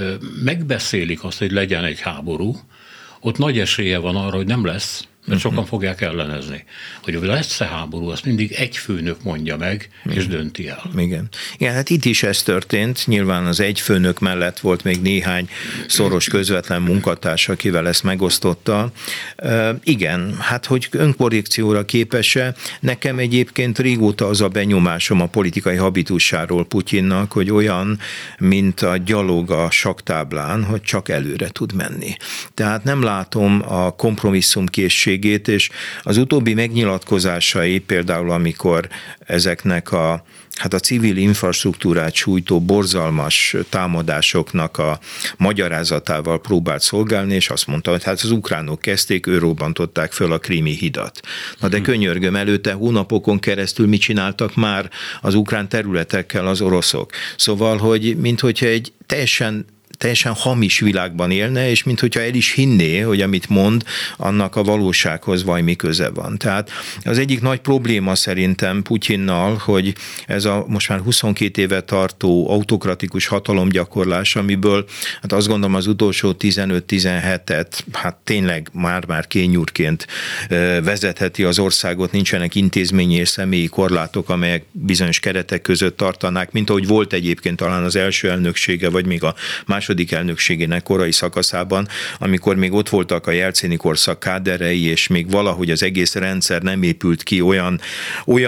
[SPEAKER 2] megbeszélik azt, hogy legyen egy háború, ott nagy esélye van arra, hogy nem lesz, mert sokan fogják ellenezni. Hogy lesz-e háború, azt mindig egy főnök mondja meg, és Igen. dönti el.
[SPEAKER 3] Igen. Igen, hát itt is ez történt. Nyilván az egy főnök mellett volt még néhány szoros közvetlen munkatárs, akivel ezt megosztotta. E, igen, hát hogy önkorrekcióra képes-e? Nekem egyébként régóta az a benyomásom a politikai habitusáról Putyinnak, hogy olyan, mint a gyalog a sakktáblán, hogy csak előre tud menni. Tehát nem látom a kompromisszumkészséget, és az utóbbi megnyilatkozásai, például amikor ezeknek a, hát a civil infrastruktúrát sújtó borzalmas támadásoknak a magyarázatával próbált szolgálni, és azt mondta, hogy hát az ukránok kezdték, ő robbantották föl a krími hidat. Na de könyörgöm, előtte hónapokon keresztül mit csináltak már az ukrán területekkel az oroszok? Szóval, hogy minthogyha egy teljesen teljesen hamis világban élne, és minthogyha el is hinné, hogy amit mond, annak a valósághoz valami köze van. Tehát az egyik nagy probléma szerintem Putyinnal, hogy ez a most már huszonkét éve tartó autokratikus hatalomgyakorlás, amiből hát azt gondolom az utolsó tizenöt-tizenhetet hát tényleg már-már kényúrként vezetheti az országot, nincsenek intézményi és személyi korlátok, amelyek bizonyos keretek között tartanák, mint ahogy volt egyébként talán az első elnöksége, vagy még a második elnökségének korai szakaszában, amikor még ott voltak a jelcini korszak káderei, és még valahogy az egész rendszer nem épült ki olyan, olyan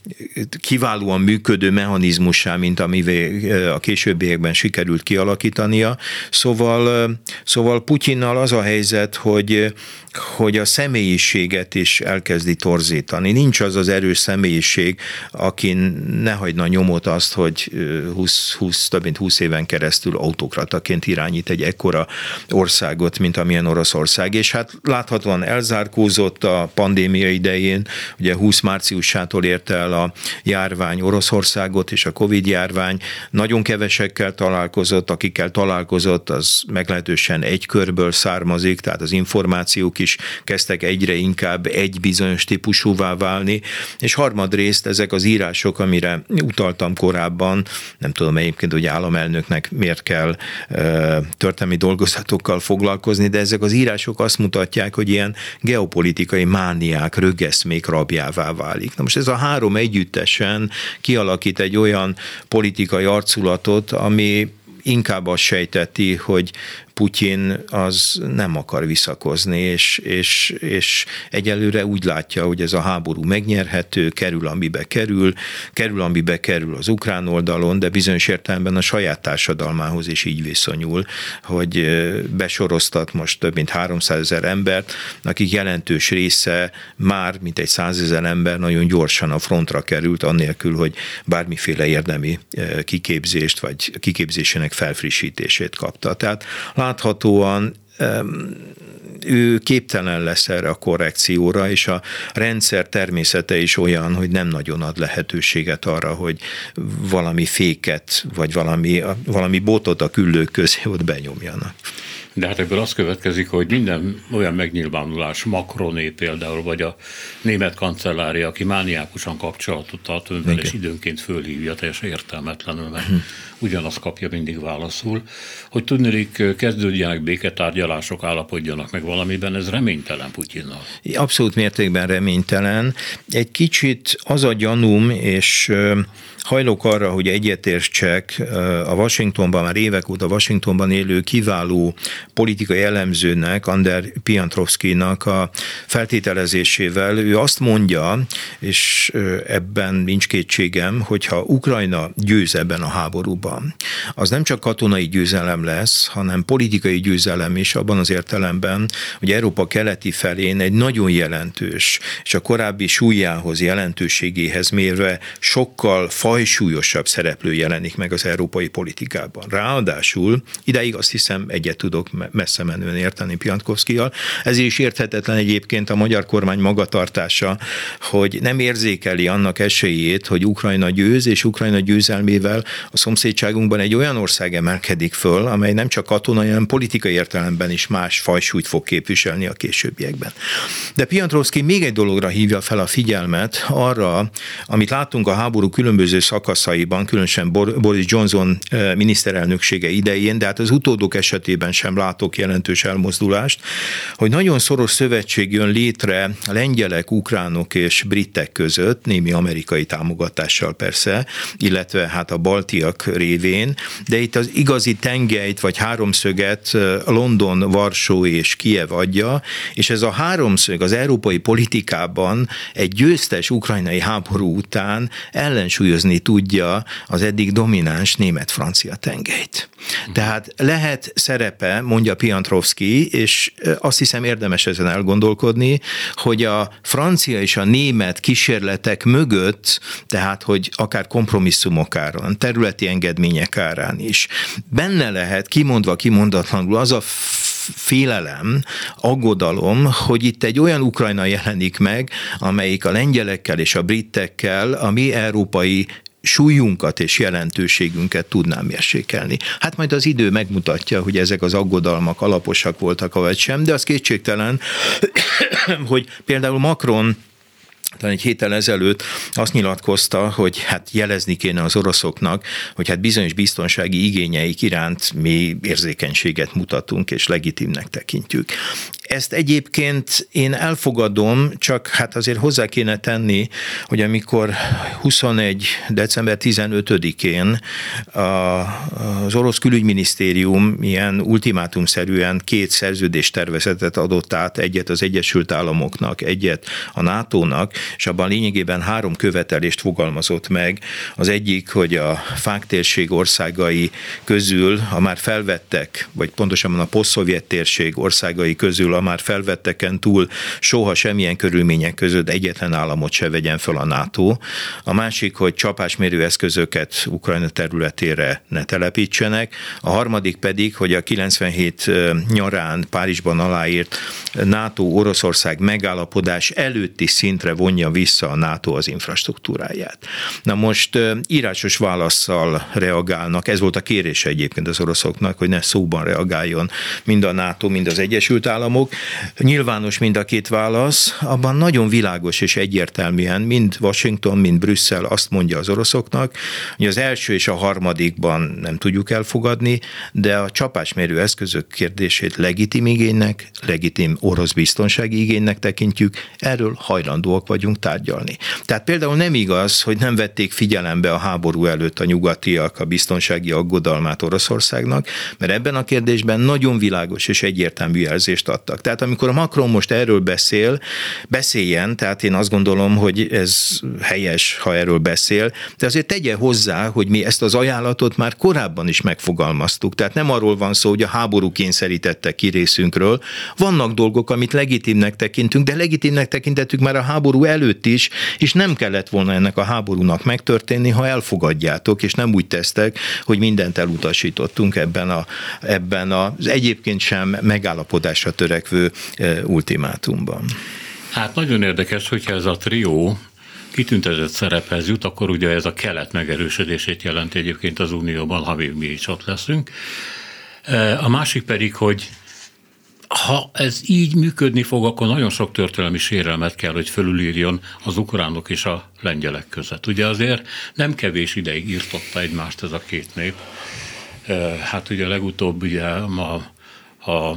[SPEAKER 3] kiválóan működő mechanizmussá, mint amivel a későbbiekben sikerült kialakítania. Szóval, szóval Putyinnal az a helyzet, hogy, hogy a személyiséget is elkezdi torzítani. Nincs az az erős személyiség, aki ne hagyna nyomot azt, hogy húsz, húsz, több mint húsz éven keresztül autokrataként irányít egy ekkora országot, mint amilyen Oroszország. És hát láthatóan elzárkózott a pandémia idején, ugye húsz márciusától érte el a járvány Oroszországot, és a Covid járvány. Nagyon kevesekkel találkozott, akikkel találkozott, az meglehetősen egy körből származik, tehát az információk is kezdtek egyre inkább egy bizonyos típusúvá válni, és harmadrészt ezek az írások, amire utaltam korábban, nem tudom egyébként, hogy államelnöknek miért kell történelmi dolgozatokkal foglalkozni, de ezek az írások azt mutatják, hogy ilyen geopolitikai mániák, rögeszmék rabjává válik. Na most ez a három együttesen kialakít egy olyan politikai arculatot, ami inkább azt sejteti, hogy Putyin az nem akar visszakozni, és, és, és egyelőre úgy látja, hogy ez a háború megnyerhető, kerül, amibe kerül, kerül, amibe kerül az ukrán oldalon, de bizonyos értelemben a saját társadalmához is így viszonyul, hogy besoroztat most több mint háromszázezer embert, akik jelentős része már, mint egy százezer ember nagyon gyorsan a frontra került, annélkül, hogy bármiféle érdemi kiképzést, vagy kiképzésének felfrissítését kapta. Tehát láthatóan ő képtelen lesz erre a korrekcióra, és a rendszer természete is olyan, hogy nem nagyon ad lehetőséget arra, hogy valami féket, vagy valami, valami botot a küllők közé ott benyomjanak.
[SPEAKER 2] De hát ebből az következik, hogy minden olyan megnyilvánulás, Macroné például, vagy a német kancellária, aki mániákusan kapcsolatot tart önvel, és időnként fölhívja teljesen értelmetlenül, mert hm. ugyanazt kapja mindig válaszul, hogy tudnilik kezdődjenek béketárgyalások, állapodjanak meg valamiben, ez reménytelen Putyinnal.
[SPEAKER 3] Abszolút mértékben reménytelen. Egy kicsit az a gyanúm, és hajlok arra, hogy egyetértsek, a Washingtonban, már évek óta Washingtonban élő kiváló politikai elemzőnek, Ander Piantrovszkinak a feltételezésével. Ő azt mondja, és ebben nincs kétségem, hogyha Ukrajna győz ebben a háborúban, az nem csak katonai győzelem lesz, hanem politikai győzelem is abban az értelemben, hogy Európa keleti felén egy nagyon jelentős, és a korábbi súlyához, jelentőségéhez mérve sokkal fajsúlyosabb szereplő jelenik meg az európai politikában. Ráadásul, ideig azt hiszem egyet tudok messze menően érteni Piantrovszkijjal, ezért is érthetetlen egyébként a magyar kormány magatartása, hogy nem érzékeli annak esélyét, hogy Ukrajna győz, és Ukrajna győzelmével a szomszédságunkban egy olyan ország emelkedik föl, amely nem csak katonai, hanem politikai értelemben is más fajsúlyt fog képviselni a későbbiekben. De Piantrovszkij még egy dologra hívja fel a figyelmet, arra, amit láttunk a háború különböző szakaszaiban, különösen Boris Johnson miniszterelnöksége idején, de hát az utódok esetében sem látok jelentős elmozdulást, hogy nagyon szoros szövetség jön létre lengyelek, ukránok és britek között, némi amerikai támogatással persze, illetve hát a baltiak révén, de itt az igazi tengelyt vagy háromszöget London, Varsó és Kijev adja, és ez a háromszög az európai politikában egy győztes ukrajnai háború után ellensúlyozni tudja az eddig domináns német-francia tengelyt. Tehát lehet szerepe, mondja Piantrovszkij, és azt hiszem érdemes ezen elgondolkodni, hogy a francia és a német kísérletek mögött, tehát hogy akár kompromisszumok árán, területi engedmények árán is, benne lehet kimondva kimondatlanul az a félelem, aggodalom, hogy itt egy olyan Ukrajna jelenik meg, amelyik a lengyelekkel és a britekkel a mi európai súlyunkat és jelentőségünket tudnám mérsékelni. Hát majd az idő megmutatja, hogy ezek az aggodalmak alaposak voltak, vagy sem, de az kétségtelen, hogy például Macron talán egy héttel ezelőtt azt nyilatkozta, hogy hát jelezni kéne az oroszoknak, hogy hát bizonyos biztonsági igényeik iránt mi érzékenységet mutatunk és legitimnek tekintjük. Ezt egyébként én elfogadom, csak hát azért hozzá kéne tenni, hogy amikor huszonegy december tizenötödikén az orosz külügyminisztérium ilyen ultimátumszerűen két szerződéstervezetet adott át, egyet az Egyesült Államoknak, egyet a nátónak, és abban lényegében három követelést fogalmazott meg. Az egyik, hogy a fák térség országai közül a már felvettek, vagy pontosabban a posztszovjet térség országai közül a már felvetteken túl soha semmilyen körülmények között egyetlen államot se vegyen fel a NATO. A másik, hogy csapásmérő eszközöket Ukrajna területére ne telepítsenek. A harmadik pedig, hogy a kilencvenhét nyarán Párizsban aláírt NATO-Oroszország megállapodás előtti szintre vonja vissza a NATO az infrastruktúráját. Na most írásos válasszal reagálnak, ez volt a kérése egyébként az oroszoknak, hogy ne szóban reagáljon mind a NATO, mind az Egyesült Államok. Nyilvános mind a két válasz, abban nagyon világos és egyértelműen mind Washington, mind Brüsszel azt mondja az oroszoknak, hogy az első és a harmadikban nem tudjuk elfogadni, de a csapásmérő eszközök kérdését legitim igénynek, legitim orosz biztonsági igénynek tekintjük, erről hajlandóak vagyunk tárgyalni. Tehát például nem igaz, hogy nem vették figyelembe a háború előtt a nyugatiak a biztonsági aggodalmát Oroszországnak, mert ebben a kérdésben nagyon világos és egyértelmű jelzést adtak. Tehát amikor a Macron most erről beszél, beszéljen, tehát én azt gondolom, hogy ez helyes, ha erről beszél, de azért tegye hozzá, hogy mi ezt az ajánlatot már korábban is megfogalmaztuk. Tehát nem arról van szó, hogy a háború kényszerítette ki részünkről. Vannak dolgok, amit legitimnek tekintünk, de legitimnek tekintettük már a háború előtt is, és nem kellett volna ennek a háborúnak megtörténni, ha elfogadjátok, és nem úgy tesztek, hogy mindent elutasítottunk ebben, a, ebben az egyébként sem megállapodásra törekvő ultimátumban.
[SPEAKER 2] Hát nagyon érdekes, hogyha ez a trió kitüntetett szerephez jut, akkor ugye ez a kelet megerősödését jelenti egyébként az Unióban, ha még mi is ott leszünk. A másik pedig, hogy ha ez így működni fog, akkor nagyon sok történelmi sérelmet kell, hogy fölülírjon az ukránok és a lengyelek között. Ugye azért nem kevés ideig írtotta egymást ez a két nép. Hát ugye legutóbb ugye a, a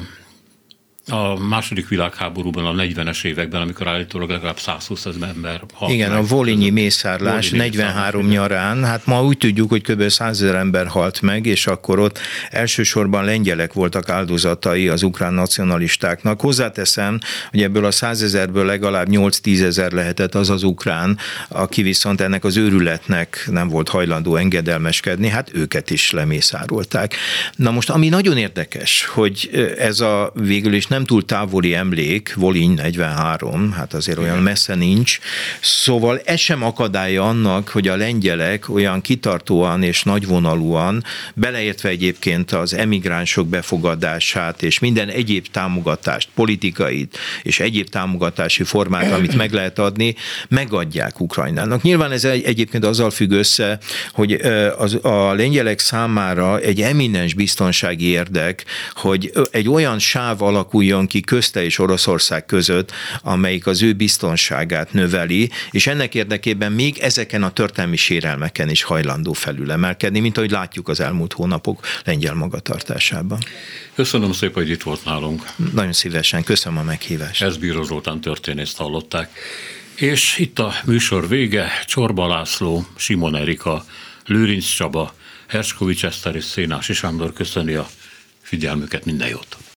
[SPEAKER 2] A második világháborúban, a negyvenes években, amikor állítólag legalább százhúszezer ember halt.
[SPEAKER 3] Igen, meg. A volinyi mészárlás Volini negyvenhárom nyarán, hát ma úgy tudjuk, hogy kb. százezer ember halt meg, és akkor ott elsősorban lengyelek voltak áldozatai az ukrán nacionalistáknak. Hozzáteszem, hogy ebből a százezerből legalább nyolc-tízezer lehetett az az ukrán, aki viszont ennek az őrületnek nem volt hajlandó engedelmeskedni, hát őket is lemészárolták. Na most, ami nagyon érdekes, hogy ez a végül is nem túl távoli emlék, Voliny negyvenhárom, hát azért olyan messze nincs, szóval ez sem akadálya annak, hogy a lengyelek olyan kitartóan és nagyvonalúan, beleértve egyébként az emigránsok befogadását és minden egyéb támogatást, politikait és egyéb támogatási formát, amit meg lehet adni, megadják Ukrajnának. Nyilván ez egyébként azzal függ össze, hogy az, a lengyelek számára egy eminens biztonsági érdek, hogy egy olyan sáv alakuljon ki közte és Oroszország között, amelyik az ő biztonságát növeli, és ennek érdekében még ezeken a történelmi sérelmeken is hajlandó felülemelkedni, mint ahogy látjuk az elmúlt hónapok lengyel magatartásában.
[SPEAKER 2] Köszönöm szépen, hogy itt volt nálunk.
[SPEAKER 3] Nagyon szívesen, köszönöm a meghívást.
[SPEAKER 2] Ez Bíró Zoltán történészt hallották. És itt a műsor vége, Csorba László, Simon Erika, Lőrinc Csaba, Herskovics Eszter és Szénási Sándor köszöni a figyelmüket, minden jót!